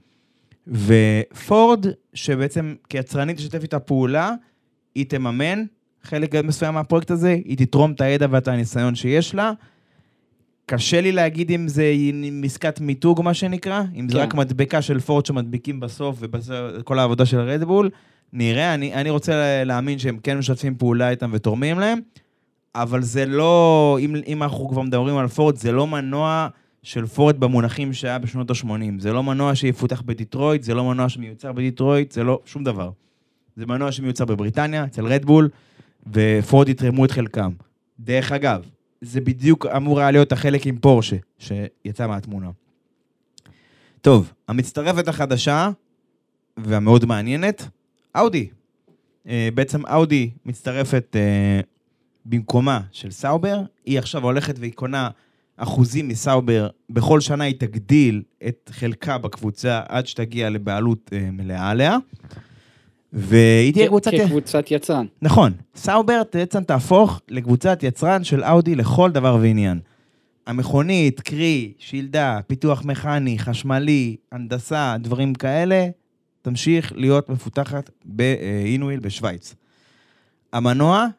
ופורד, שבעצם כיצרנית תשתף איתה פעולה, היא תממן חלק מסוים מהפרויקט הזה, היא תתרום את הידע ואת הניסיון שיש לה, קשה לי להגיד אם זה מסקת מיתוג, מה שנקרא, אם זה רק מדבקה של פורד שמדביקים בסוף, וכל העבודה של רדבול, נראה, אני, אני רוצה להאמין שהם כן משתפים פעולה איתם ותורמים להם, אבל זה לא, אם, אם אנחנו כבר מדברים על פורד, זה לא מנוע של פורד במונחים שהיה בשנות ה-שמונים, זה לא מנוע שיפותח בדיטרויט, זה לא מנוע שמיוצר בדיטרויט, זה לא שום דבר. זה מנוע שמיוצר בבריטניה, אצל רדבול, ופורד יתרמו את חלקם. דרך אגב, זה בדיוק אמור היה להיות החלק עם פורשה, שיצא מהתמונה. טוב, המצטרפת החדשה, והמאוד מעניינת, אאודי. בעצם אאודי מצטרפת במקומה של סאובר, היא עכשיו הולכת והיא קונה אחוזים מסאובר, בכל שנה היא תגדיל את חלקה בקבוצה, עד שתגיע לבעלות מלאה עליה, והיא תהיה קבוצת... כקבוצת יצרן. נכון. סאובר בעצם תהפוך לקבוצת יצרן של אאודי לכל דבר ועניין. המכונית, קרי, שילדה, פיתוח מכני, חשמלי, הנדסה, דברים כאלה, תמשיך להיות מפותחת באינוויל בשוויץ. המנוע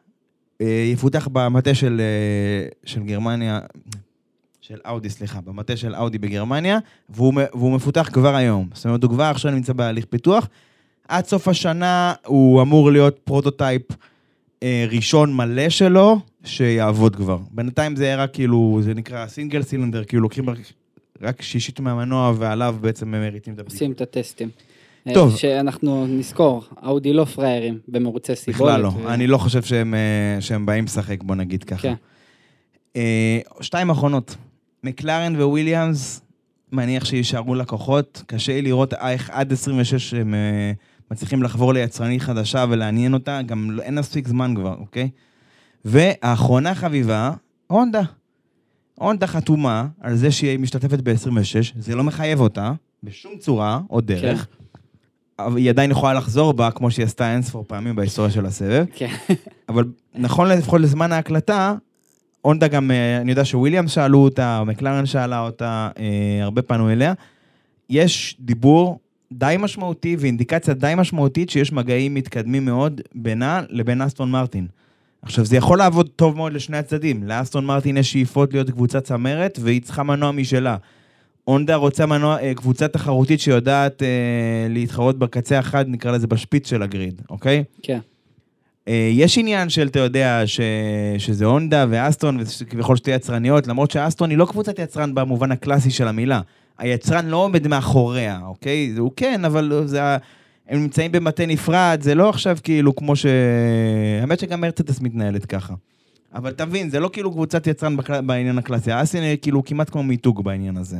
יפותח במטה של, של גרמניה, של אאודי, סליחה, במטה של אאודי בגרמניה, והוא, והוא מפותח כבר היום. זאת אומרת, הוא כבר עכשיו נמצא בהליך פיתוח. עד סוף השנה הוא אמור להיות פרוטוטייפ אה, ראשון מלא שלו, שיעבוד כבר. בינתיים זה רק כאילו, זה נקרא סינגל סילנדר, כאילו לוקחים רק, רק שישית מהמנוע, ועליו בעצם מריתים את הבדיקות. עושים את הטסטים. טוב. שאנחנו נזכור, אאודי לא פריירים במרוצי סיבולת. בכלל לא, ו... אני לא חושב שהם, שהם באים לשחק, בוא נגיד ככה. כן. אה, שתיים אחרונות. מקלרן וויליאמס, מניח שישארו לקוחות, קשה לי לראות איך עד עשרים ושש הם אה, מצליחים לחבור ליצרנית חדשה ולעניין אותה, גם אין מספיק זמן כבר, אוקיי? והאחרונה חביבה, הונדה. הונדה חתומה על זה שהיא משתתפת ב-עשרים ושש, זה לא מחייב אותה, בשום צורה או דרך, כן. אבל היא עדיין יכולה לחזור בה, כמו שהיא עשתה אינספור פעמים בהיסטוריה של הסבב, כן. אבל נכון לפחות לזמן ההקלטה, הונדה גם, אני יודע שוויליאמס שאלו אותה, או מקלרן שאלה אותה, אה, הרבה פנו אליה, יש דיבור די משמעותי ואינדיקציה די משמעותית שיש מגעים מתקדמים מאוד בינה לבין אסטון מרטין. עכשיו, זה יכול לעבוד טוב מאוד לשני הצדדים. לאסטון מרטין יש שאיפות להיות קבוצה צמרת, והיא צריכה מנוע משלה. הונדה רוצה מנוע, אה, קבוצה תחרותית שיודעת אה, להתחרות בקצה אחד, נקרא לזה בשפיץ של הגריד, אוקיי? כן. יש עניין של, אתה יודע, ש... שזה הונדה ואסטון, וכביכול שתי יצרניות, למרות שאסטון היא לא קבוצת יצרן במובן הקלאסי של המילה. היצרן לא עומד מאחוריה, אוקיי? הוא כן, אבל זה... הם נמצאים במטה נפרד, זה לא עכשיו כאילו כמו ש... האמת שגם מרצדס מתנהלת ככה. אבל תבין, זה לא כאילו קבוצת יצרן בקל... בעניין הקלאסי, אסטון היא כאילו כמעט כמו מיתוג בעניין הזה.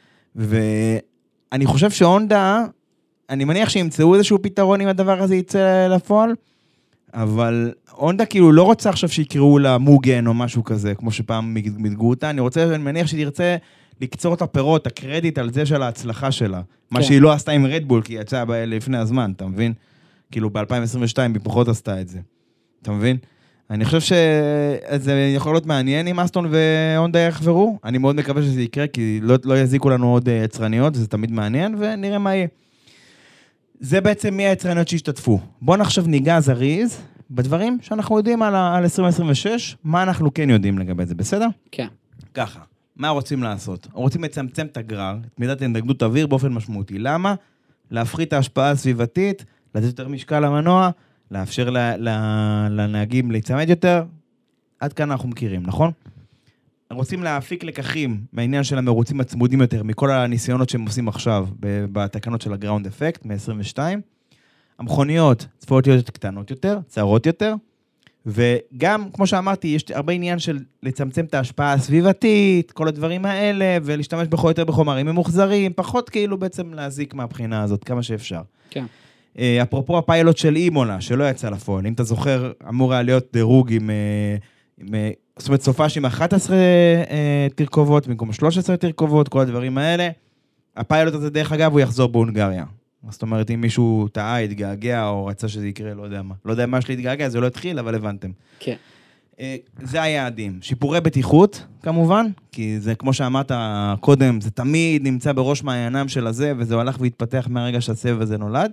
ואני חושב שהונדה, אני מניח שימצאו איזשהו פתרון אם הדבר הזה יצא לפועל, אבל הונדה כאילו לא רוצה עכשיו שיקראו לה מוגן או משהו כזה, כמו שפעם מתגעו אותה, אני רוצה, אני מניח שתרצה לקצור את הפירות, הקרדיט על זה של ההצלחה שלה, מה שהיא לא עשתה עם רדבול, כי היא יצאה לפני הזמן, אתה מבין? כאילו ב-אלפיים עשרים ושתיים היא פחות עשתה את זה, אתה מבין? אני חושב שזה יכול להיות מעניין אם אסטון והונדה יחברו, אני מאוד מקווה שזה יקרה, כי לא, לא יזיקו לנו עוד יצרניות, זה תמיד מעניין, ונראה מה יהיה. זה בעצם מי היצרניות שהשתתפו. בואו נחשב ניגע זריז בדברים שאנחנו יודעים על, על עשרים עשרים ושש, מה אנחנו כן יודעים לגבי זה, בסדר? כן. ככה, מה רוצים לעשות? רוצים לצמצם את הגרר, את מידת ההתנגדות אוויר באופן משמעותי. למה? להפחית את ההשפעה הסביבתית, לתת יותר משקל למנוע, לאפשר ל, ל, לנהגים להצמד יותר, עד כאן אנחנו מכירים, נכון? רוצים להפיק לקחים מהעניין של המרוצים הצמודים יותר, מכל הניסיונות שהם עושים עכשיו, בתקנות של הגראונד אפקט, מ-עשרים ושתיים. המכוניות צפויות להיות קטנות יותר, צערות יותר, וגם, כמו שאמרתי, יש הרבה עניין של לצמצם את ההשפעה הסביבתית, כל הדברים האלה, ולהשתמש בכל יותר בחומרים ממוחזרים, פחות כאילו בעצם להזיק מהבחינה הזאת, כמה שאפשר. כן. אפרופו הפיילוט של אימולה, שלא יצא לפועל, אם אתה זוכר, אמור היה להיות דירוג עם... עם זאת אומרת, סופש עם אחת עשרה אה, תרכובות, במקום שלוש עשרה תרכובות, כל הדברים האלה. הפיילוט הזה, דרך אגב, הוא יחזור בהונגריה. זאת אומרת, אם מישהו טעה, התגעגע, או רצה שזה יקרה, לא יודע מה. לא יודע מה שלי התגעגע, זה לא התחיל, אבל הבנתם. כן. אה, זה היעדים. שיפורי בטיחות, כמובן, כי זה, כמו שאמרת קודם, זה תמיד נמצא בראש מעיינם של הזה, וזה הלך והתפתח מהרגע שהסבב הזה נולד.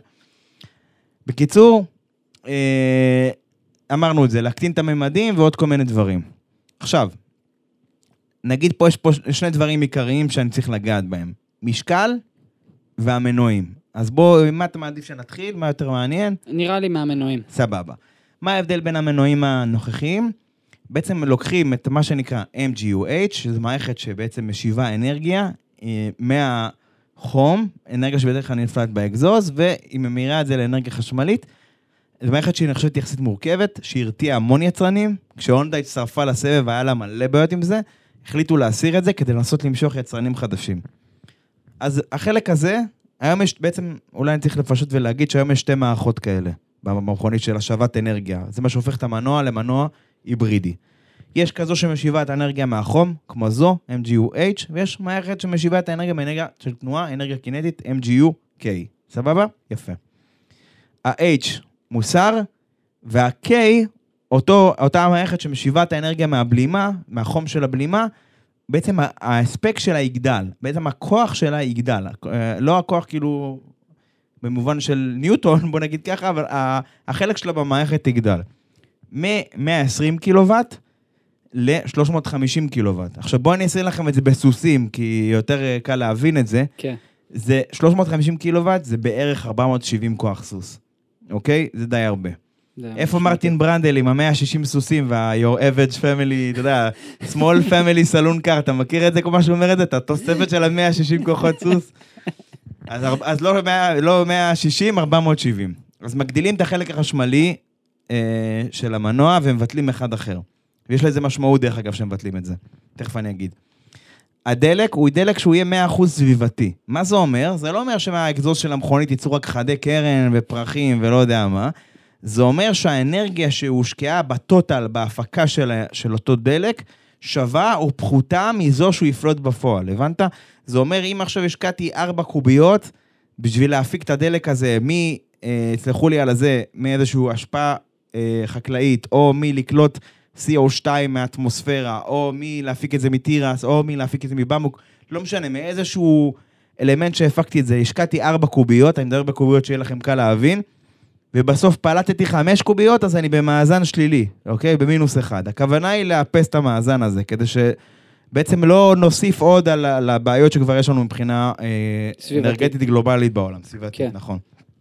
בקיצור, אה, אמרנו את זה, להקטין את הממדים ועוד כל מיני דברים. עכשיו, נגיד פה יש פה שני דברים עיקריים שאני צריך לגעת בהם. משקל והמנועים. אז בוא, מה אתה מעדיף שנתחיל? מה יותר מעניין? נראה לי מהמנועים. סבבה. מה ההבדל בין המנועים הנוכחיים? בעצם לוקחים את מה שנקרא אם ג'י יו אייץ', שזו מערכת שבעצם משיבה אנרגיה מהחום, אנרגיה שבדרך כלל נפלט באקזוז, והיא ממירה את זה לאנרגיה חשמלית. זו מערכת שהיא נחשבת יחסית מורכבת, שהרתיעה המון יצרנים, כשהונדה הצטרפה לסבב, היה לה מלא בעיות עם זה, החליטו להסיר את זה כדי לנסות למשוך יצרנים חדשים. אז החלק הזה, היום יש בעצם, אולי אני צריך לפשוט ולהגיד שהיום יש שתי מערכות כאלה, במכונית של השבת אנרגיה. זה מה שהופך את המנוע למנוע היברידי. יש כזו שמשיבה את האנרגיה מהחום, כמו זו, אם ג'י יו אייץ', ויש מערכת שמשיבה את האנרגיה מאנרגיה של תנועה, אנרגיה קינטית, אם ג'י יו קיי. סבבה? יפה. ה-H מוסר, וה-K, אותו, אותה המערכת שמשיבה את האנרגיה מהבלימה, מהחום של הבלימה, בעצם האספק שלה יגדל, בעצם הכוח שלה יגדל, לא הכוח כאילו במובן של ניוטון, בוא נגיד ככה, אבל החלק שלה במערכת יגדל. מ-מאה ועשרים קילוואט ל-שלוש מאות וחמישים קילוואט. עכשיו בואו אני אעשה לכם את זה בסוסים, כי יותר קל להבין את זה. כן. זה שלוש מאות וחמישים קילוואט, זה בערך ארבע מאות ושבעים כוח סוס. אוקיי? זה די הרבה. איפה מרטין ברנדל עם ה-מאה ושישים סוסים וה-your average family, אתה יודע, small family saloon car, אתה מכיר את זה כמו שהוא אומר את זה? את התוספת של ה-מאה ושישים כוחות סוס? אז, אז לא, לא מאה ושישים, ארבע מאות ושבעים. אז מגדילים את החלק החשמלי אה, של המנוע ומבטלים אחד אחר. ויש לזה משמעות דרך אגב שמבטלים את זה. תכף אני אגיד. הדלק הוא דלק שהוא יהיה מאה אחוז סביבתי. מה זה אומר? זה לא אומר שמהאקזוס של המכונית ייצאו רק חדי קרן ופרחים ולא יודע מה. זה אומר שהאנרגיה שהושקעה בטוטל, בהפקה של, של אותו דלק, שווה או פחותה מזו שהוא יפלוט בפועל, הבנת? זה אומר, אם עכשיו השקעתי ארבע קוביות, בשביל להפיק את הדלק הזה, מי, אה, סלחו לי על הזה, מאיזשהו השפעה אה, חקלאית, או מי לקלוט סי או שתיים מהאטמוספירה, או מי להפיק את זה מטירס, או מי להפיק את זה מבמוק, לא משנה, מאיזשהו אלמנט שהפקתי את זה, השקעתי ארבע קוביות, אני מדבר בקוביות שיהיה לכם קל להבין, ובסוף פעלתתי חמש קוביות, אז אני במאזן שלילי, אוקיי? במינוס אחד. הכוונה היא לאפס את המאזן הזה, כדי שבעצם לא נוסיף עוד על, על הבעיות שכבר יש לנו מבחינה אה, אנרגטית גלובלית בעולם. סביבתית, כן. נכון.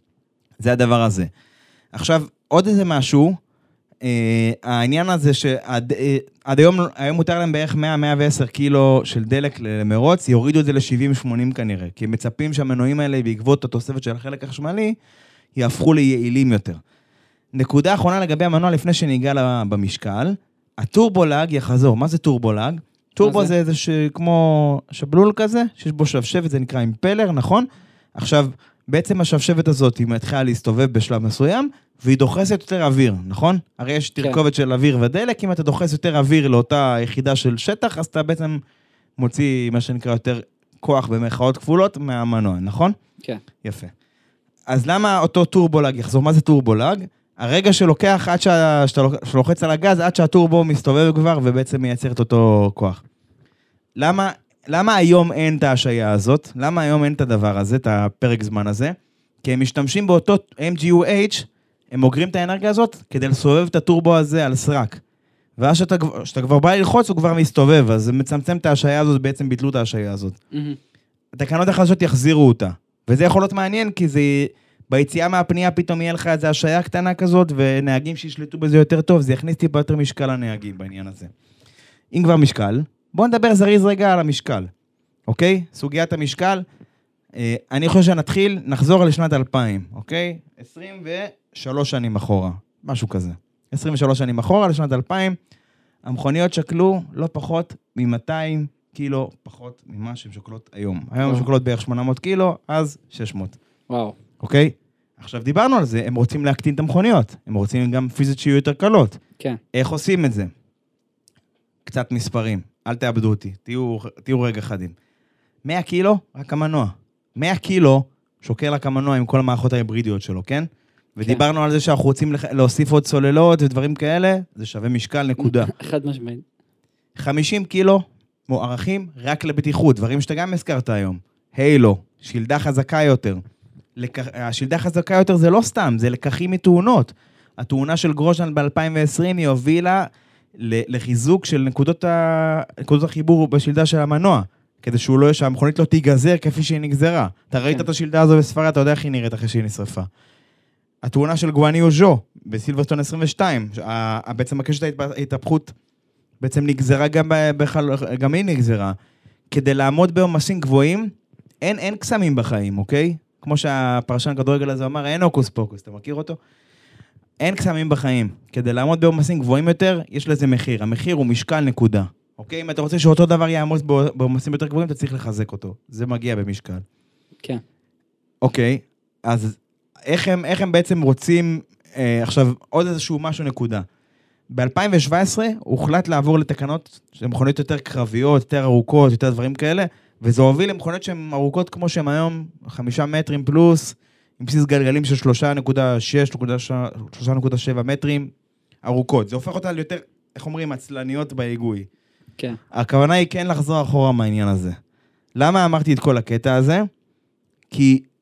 זה הדבר הזה. עכשיו, עוד איזה משהו, אה, העניין הזה שעד אה, עד היום, היום מותר להם בערך מאה עד מאה ועשר קילו של דלק למרוץ, יורידו את זה ל-שבעים שמונים כנראה, כי הם מצפים שהמנועים האלה, בעקבות התוספת של החלק החשמלי, יהפכו ליעילים יותר. נקודה אחרונה לגבי המנוע לפני שניגע במשקל, הטורבולג יחזור. מה זה טורבולג? טורבו זה איזה כמו שבלול כזה, שיש בו שבשבת, זה נקרא אימפלר, נכון? עכשיו, בעצם השבשבת הזאת היא מתחילה להסתובב בשלב מסוים, והיא דוחסת יותר אוויר, נכון? הרי יש תרכובת של אוויר ודלק, אם אתה דוחס יותר אוויר לאותה יחידה של שטח, אז אתה בעצם מוציא מה שנקרא יותר כוח במרכאות כפולות מהמנוע, נכון? כן. יפה. אז למה אותו טורבולג יחזור? מה זה טורבולג? הרגע שלוקח עד שה... שאתה לוחץ על הגז, עד שהטורבו מסתובב כבר ובעצם מייצר את אותו כוח. למה, למה היום אין את ההשעיה הזאת? למה היום אין את הדבר הזה, את הפרק זמן הזה? כי הם משתמשים באותו אם ג'י יו אייץ', הם אוגרים את האנרגיה הזאת כדי לסובב את הטורבו הזה על סרק. ואז שאתה, שאתה כבר בא ללחוץ, הוא כבר מסתובב, אז זה מצמצם את ההשעיה הזאת, בעצם ביטלו את ההשעיה הזאת. Mm-hmm. התקנות החדשות יחזירו אותה. וזה יכול להיות מעניין, כי זה, ביציאה מהפנייה פתאום יהיה לך איזו השעיה קטנה כזאת, ונהגים שישלטו בזה יותר טוב, זה יכניס טיפה יותר משקל לנהגים בעניין הזה. אם כבר משקל, בואו נדבר זריז רגע על המשקל, אוקיי? סוגיית המשקל, אה, אני חושב שנתחיל, נחזור לשנת אלפיים, אוקיי? עשרים ושלוש שנים אחורה, משהו כזה. עשרים ושלוש שנים אחורה לשנת אלפיים, המכוניות שקלו לא פחות מ-מאתיים קילו פחות ממה שהן שוקלות היום. היום הן שוקלות בערך שמונה מאות קילו, אז שש מאות. וואו. אוקיי? עכשיו דיברנו על זה, הם רוצים להקטין את המכוניות, הם רוצים גם פיזית שיהיו יותר קלות. כן. איך עושים את זה? קצת מספרים, אל תאבדו אותי, תהיו, תהיו רגע חדים. מאה קילו, רק המנוע. מאה קילו שוקל רק המנוע עם כל המערכות ההיברידיות שלו, כן? ודיברנו כן. על זה שאנחנו רוצים להוסיף עוד סוללות ודברים כאלה, זה שווה משקל נקודה. אחד משמעית. חמישים קילו מוערכים רק לבטיחות, דברים שאתה גם הזכרת היום. הילו, שילדה חזקה יותר. לק... השילדה חזקה יותר זה לא סתם, זה לקחים מתאונות. התאונה של גרושן ב-אלפיים ועשרים היא הובילה לחיזוק של נקודות, ה... נקודות החיבור בשילדה של המנוע, כדי שהוא לא, שהמכונית לא תיגזר כפי שהיא נגזרה. אתה ראית את השילדה הזו בספרד, אתה יודע איך היא נראית אחרי שהיא נשרפה. התאונה של גואניו ז'ו בסילברסטון עשרים ושתיים, בעצם הקשת ההתהפכות בעצם נגזרה גם, בחל... גם היא נגזרה. כדי לעמוד בעומסים גבוהים, אין, אין קסמים בחיים, אוקיי? כמו שהפרשן כדורגל הזה אמר, אין אוקוס פוקוס, אתה מכיר אותו? אין קסמים בחיים. כדי לעמוד בעומסים גבוהים יותר, יש לזה מחיר. המחיר הוא משקל נקודה. אוקיי? אם אתה רוצה שאותו דבר יעמוד בעומסים יותר גבוהים, אתה צריך לחזק אותו. זה מגיע במשקל. כן. אוקיי, אז איך הם, איך הם בעצם רוצים, אה, עכשיו, עוד איזשהו משהו נקודה. ב-אלפיים שבע עשרה הוחלט לעבור לתקנות שהן מכוניות יותר קרביות, יותר ארוכות, יותר דברים כאלה, וזה הוביל למכוניות שהן ארוכות כמו שהן היום, חמישה מטרים פלוס, עם בסיס גלגלים של שלוש נקודה שש, שלוש נקודה שבע מטרים ארוכות. זה הופך אותה ליותר, איך אומרים, עצלניות בהיגוי. כן. הכוונה היא כן לחזור אחורה מהעניין הזה. למה אמרתי את כל הקטע הזה? כי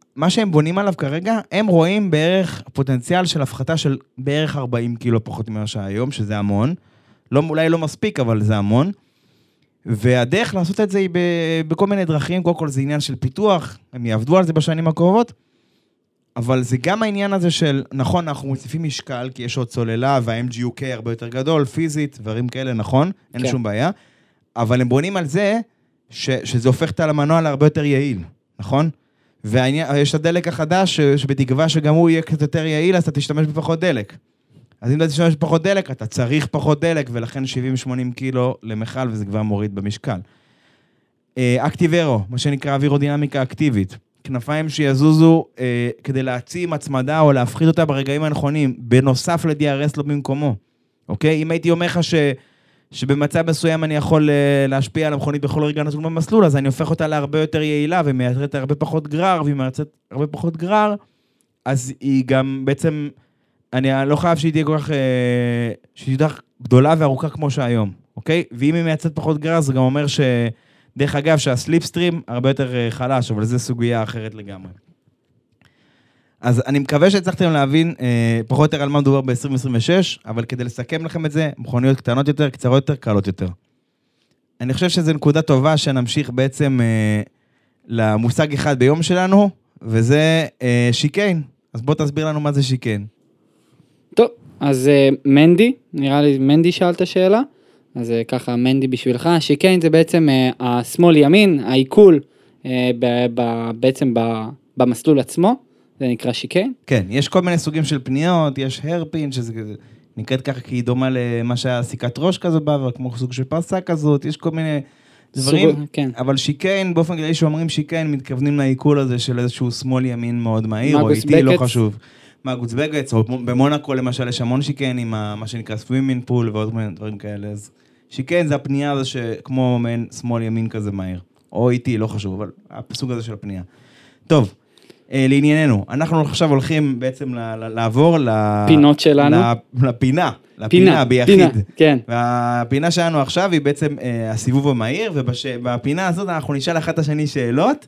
מה שהם בונים עליו כרגע, הם רואים בערך פוטנציאל של הפחתה של בערך ארבעים קילו פחות ממה שהיום, שזה המון. לא, אולי לא מספיק, אבל זה המון. והדרך לעשות את זה היא בכל מיני דרכים, קודם כל זה עניין של פיתוח, הם יעבדו על זה בשנים הקרובות, אבל זה גם העניין הזה של, נכון, אנחנו מוסיפים משקל, כי יש עוד צוללה, וה-אם ג'י יו קיי הרבה יותר גדול, פיזית, דברים כאלה, נכון? אין כן. שום בעיה. אבל הם בונים על זה, ש, שזה הופך את המנוע להרבה יותר יעיל, נכון? ויש הדלק החדש, שבתקווה שגם הוא יהיה קצת יותר יעיל, אז אתה תשתמש בפחות דלק. אז אם אתה תשתמש בפחות דלק, אתה צריך פחות דלק, ולכן שבעים שמונים קילו למחל, וזה כבר מוריד במשקל. אקטיברו, מה שנקרא אווירודינמיקה אקטיבית. כנפיים שיזוזו אה, כדי להעצים הצמדה או להפחית אותה ברגעים הנכונים, בנוסף ל-די אר אס לא במקומו. אוקיי? אם הייתי אומר לך ש, שבמצב מסוים אני יכול אה, להשפיע על המכונית בכל רגע נתון במסלול, אז אני הופך אותה להרבה יותר יעילה, ומייצרת הרבה פחות גרר, והיא מייצרת הרבה פחות גרר, אז היא גם בעצם, אני לא חייב שהיא תהיה כל כך, אה, שהיא תהיה גדולה וארוכה כמו שהיום. אוקיי? ואם היא מייצרת פחות גרר, זה גם אומר ש... דרך אגב, שהסליפסטרים הרבה יותר חלש, אבל זו סוגיה אחרת לגמרי. אז אני מקווה שהצלחתם להבין אה, פחות או יותר על מה מדובר ב-עשרים עשרים ושש, אבל כדי לסכם לכם את זה, מכוניות קטנות יותר, קצרות יותר, קלות יותר. אני חושב שזו נקודה טובה שנמשיך בעצם אה, למושג אחד ביום שלנו, וזה אה, שיקיין. אז בוא תסביר לנו מה זה שיקיין. טוב, אז אה, מנדי, נראה לי מנדי שאלת שאלה. אז ככה, מנדי בשבילך, שיקיין זה בעצם uh, השמאל ימין, העיכול, uh, ב- ב- בעצם ב- במסלול עצמו, זה נקרא שיקיין. כן, יש כל מיני סוגים של פניות, יש הרפין, שזה נקראת ככה כי היא דומה למה שהיה סיכת ראש כזאת בעבר, כמו סוג של פרסה כזאת, יש כל מיני דברים, סוג, כן. אבל שיקיין, באופן כללי שאומרים שיקיין, מתכוונים לעיכול הזה של איזשהו שמאל ימין מאוד מהיר, או איטי, לא חשוב. מגוץ בגץ, או במונקו למשל יש המון שיקיין עם מה שנקרא סווימינג פול ועוד דברים כאלה, אז שיקיין זה הפנייה הזה שכמו מעין שמאל ימין כזה מהיר, או איטי, לא חשוב, אבל הסוג הזה של הפנייה. טוב, לענייננו, אנחנו עכשיו הולכים בעצם לעבור פינות שלנו, לפינה, לפינה ביחיד, כן. והפינה שלנו עכשיו היא בעצם הסיבוב המהיר, ובפינה הזאת אנחנו נשאל אחת השני שאלות,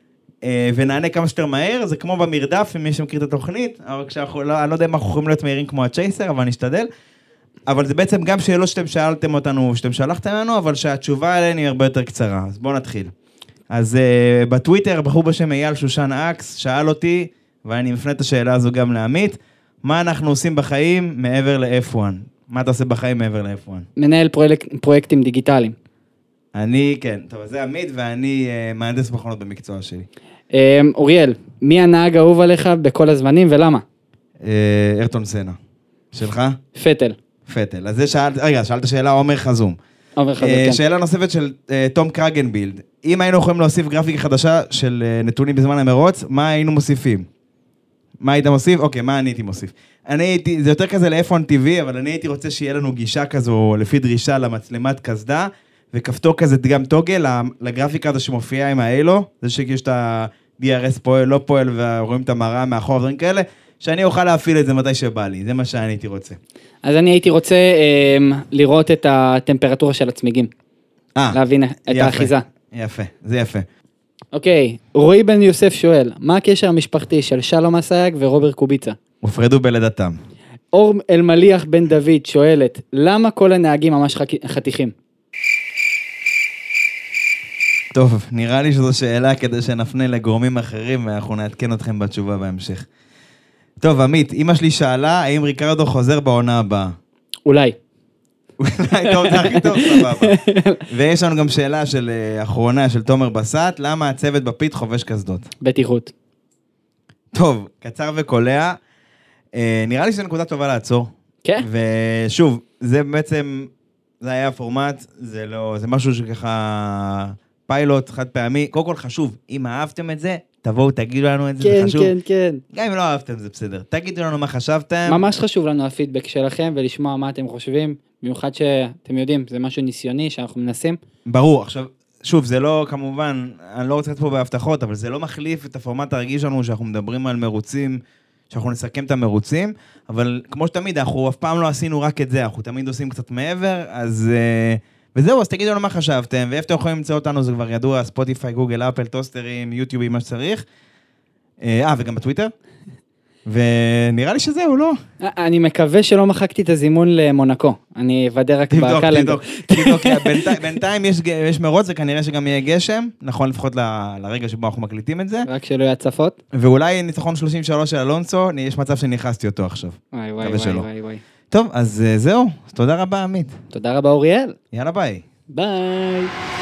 ונענה כמה שיותר מהר, זה כמו במרדף, אם מי שמכיר את התוכנית, אבל כשאנחנו, לא, אני לא יודע אם אנחנו יכולים להיות מהירים כמו הצ'ייסר, אבל נשתדל, אבל זה בעצם גם שאלות שאתם שאלתם אותנו, שאתם שלחתם לנו, אבל שהתשובה עליהן היא הרבה יותר קצרה, אז בואו נתחיל. אז uh, בטוויטר, בחור בשם אייל שושן אקס, שאל אותי, ואני מפנה את השאלה הזו גם לעמית, מה אנחנו עושים בחיים מעבר ל-אף וואן? מה אתה עושה בחיים מעבר ל-אף וואן? מנהל פרויקט, פרויקטים דיגיטליים. אני, כן, טוב, זה עמית, ואני uh, מהנדס מכונות במקצוע שלי. Um, אוריאל, מי הנהג האהוב עליך בכל הזמנים ולמה? Uh, ארטון סנה. שלך? פטל. פטל. אז זה שאלת, רגע, שאלת שאלה עומר חזום. עומר חזום, uh, כן. שאלה נוספת של uh, תום קרגנבילד. אם היינו יכולים להוסיף גרפיקה חדשה של uh, נתונים בזמן המרוץ, מה היינו מוסיפים? מה היית מוסיף? אוקיי, מה אני הייתי מוסיף? אני הייתי, זה יותר כזה ל-אף וואן טי וי, אבל אני הייתי רוצה שיהיה לנו גישה כזו, לפי דרישה למצלמת קסדה, וכפתור כזה גם טוגל, לגרפיקה הזו שמופיעה עם האלו, זה שיש את ה-די אר אס פועל, לא פועל, ורואים את המראה מאחור, דברים כאלה, שאני אוכל להפעיל את זה מתי שבא לי, זה מה שאני הייתי רוצה. אז אני הייתי רוצה אה, לראות את הטמפרטורה של הצמיגים. אה, להבין את יפה, האחיזה. יפה, זה יפה. אוקיי, רועי בן יוסף שואל, מה הקשר המשפחתי של שלום אסייג ורוברט קוביצה? הופרדו בלידתם. אור אלמליח בן דוד שואלת, למה כל הנהגים ממש חתיכים? טוב, נראה לי שזו שאלה כדי שנפנה לגורמים אחרים, ואנחנו נעדכן אתכם בתשובה בהמשך. טוב, עמית, אמא שלי שאלה, האם ריקרדו חוזר בעונה הבאה? אולי. אולי, טוב, זה הכי טוב, סבבה. ויש לנו גם שאלה של אחרונה, של תומר בסט, למה הצוות בפית חובש קסדות? בטיחות. טוב, קצר וקולע, נראה לי שזו נקודה טובה לעצור. כן. ושוב, זה בעצם, זה היה הפורמט, זה לא, זה משהו שככה פיילוט, חד פעמי, קודם כל חשוב, אם אהבתם את זה, תבואו, תגידו לנו את זה, כן, זה חשוב. כן, כן. גם אם לא אהבתם, זה בסדר. תגידו לנו מה חשבתם. ממש חשוב לנו הפידבק שלכם, ולשמוע מה אתם חושבים, במיוחד שאתם יודעים, זה משהו ניסיוני שאנחנו מנסים. ברור, עכשיו, שוב, זה לא, כמובן, אני לא רוצה לתת פה בהבטחות, אבל זה לא מחליף את הפורמט הרגיל שלנו, שאנחנו מדברים על מרוצים, שאנחנו נסכם את המרוצים, אבל כמו שתמיד, אנחנו אף פעם לא עשינו רק את זה, אנחנו תמיד עושים קצת מעבר, אז... וזהו, אז תגידו לנו מה חשבתם, ואיפה אתם יכולים למצוא אותנו, זה כבר ידוע, ספוטיפיי, גוגל, אפל, טוסטרים, יוטיובים, מה שצריך. אה, וגם בטוויטר? ונראה לי שזהו, לא? אני מקווה שלא מחקתי את הזימון למונקו. אני אוודא רק בקלנדר. תבדוק, תבדוק, תבדוק. בינתיים יש מרוץ, וכנראה שגם יהיה גשם, נכון לפחות לרגע שבו אנחנו מקליטים את זה. רק שלא יהיה הצפות. ואולי ניצחון שלושים ושלוש של אלונסו, יש מצב שנכנסתי אותו עכשיו. וואי, וואי, וואי, וואי. טוב, אז זהו. תודה רבה, עמית. תודה רבה, אוריאל. יאללה, ביי. ביי.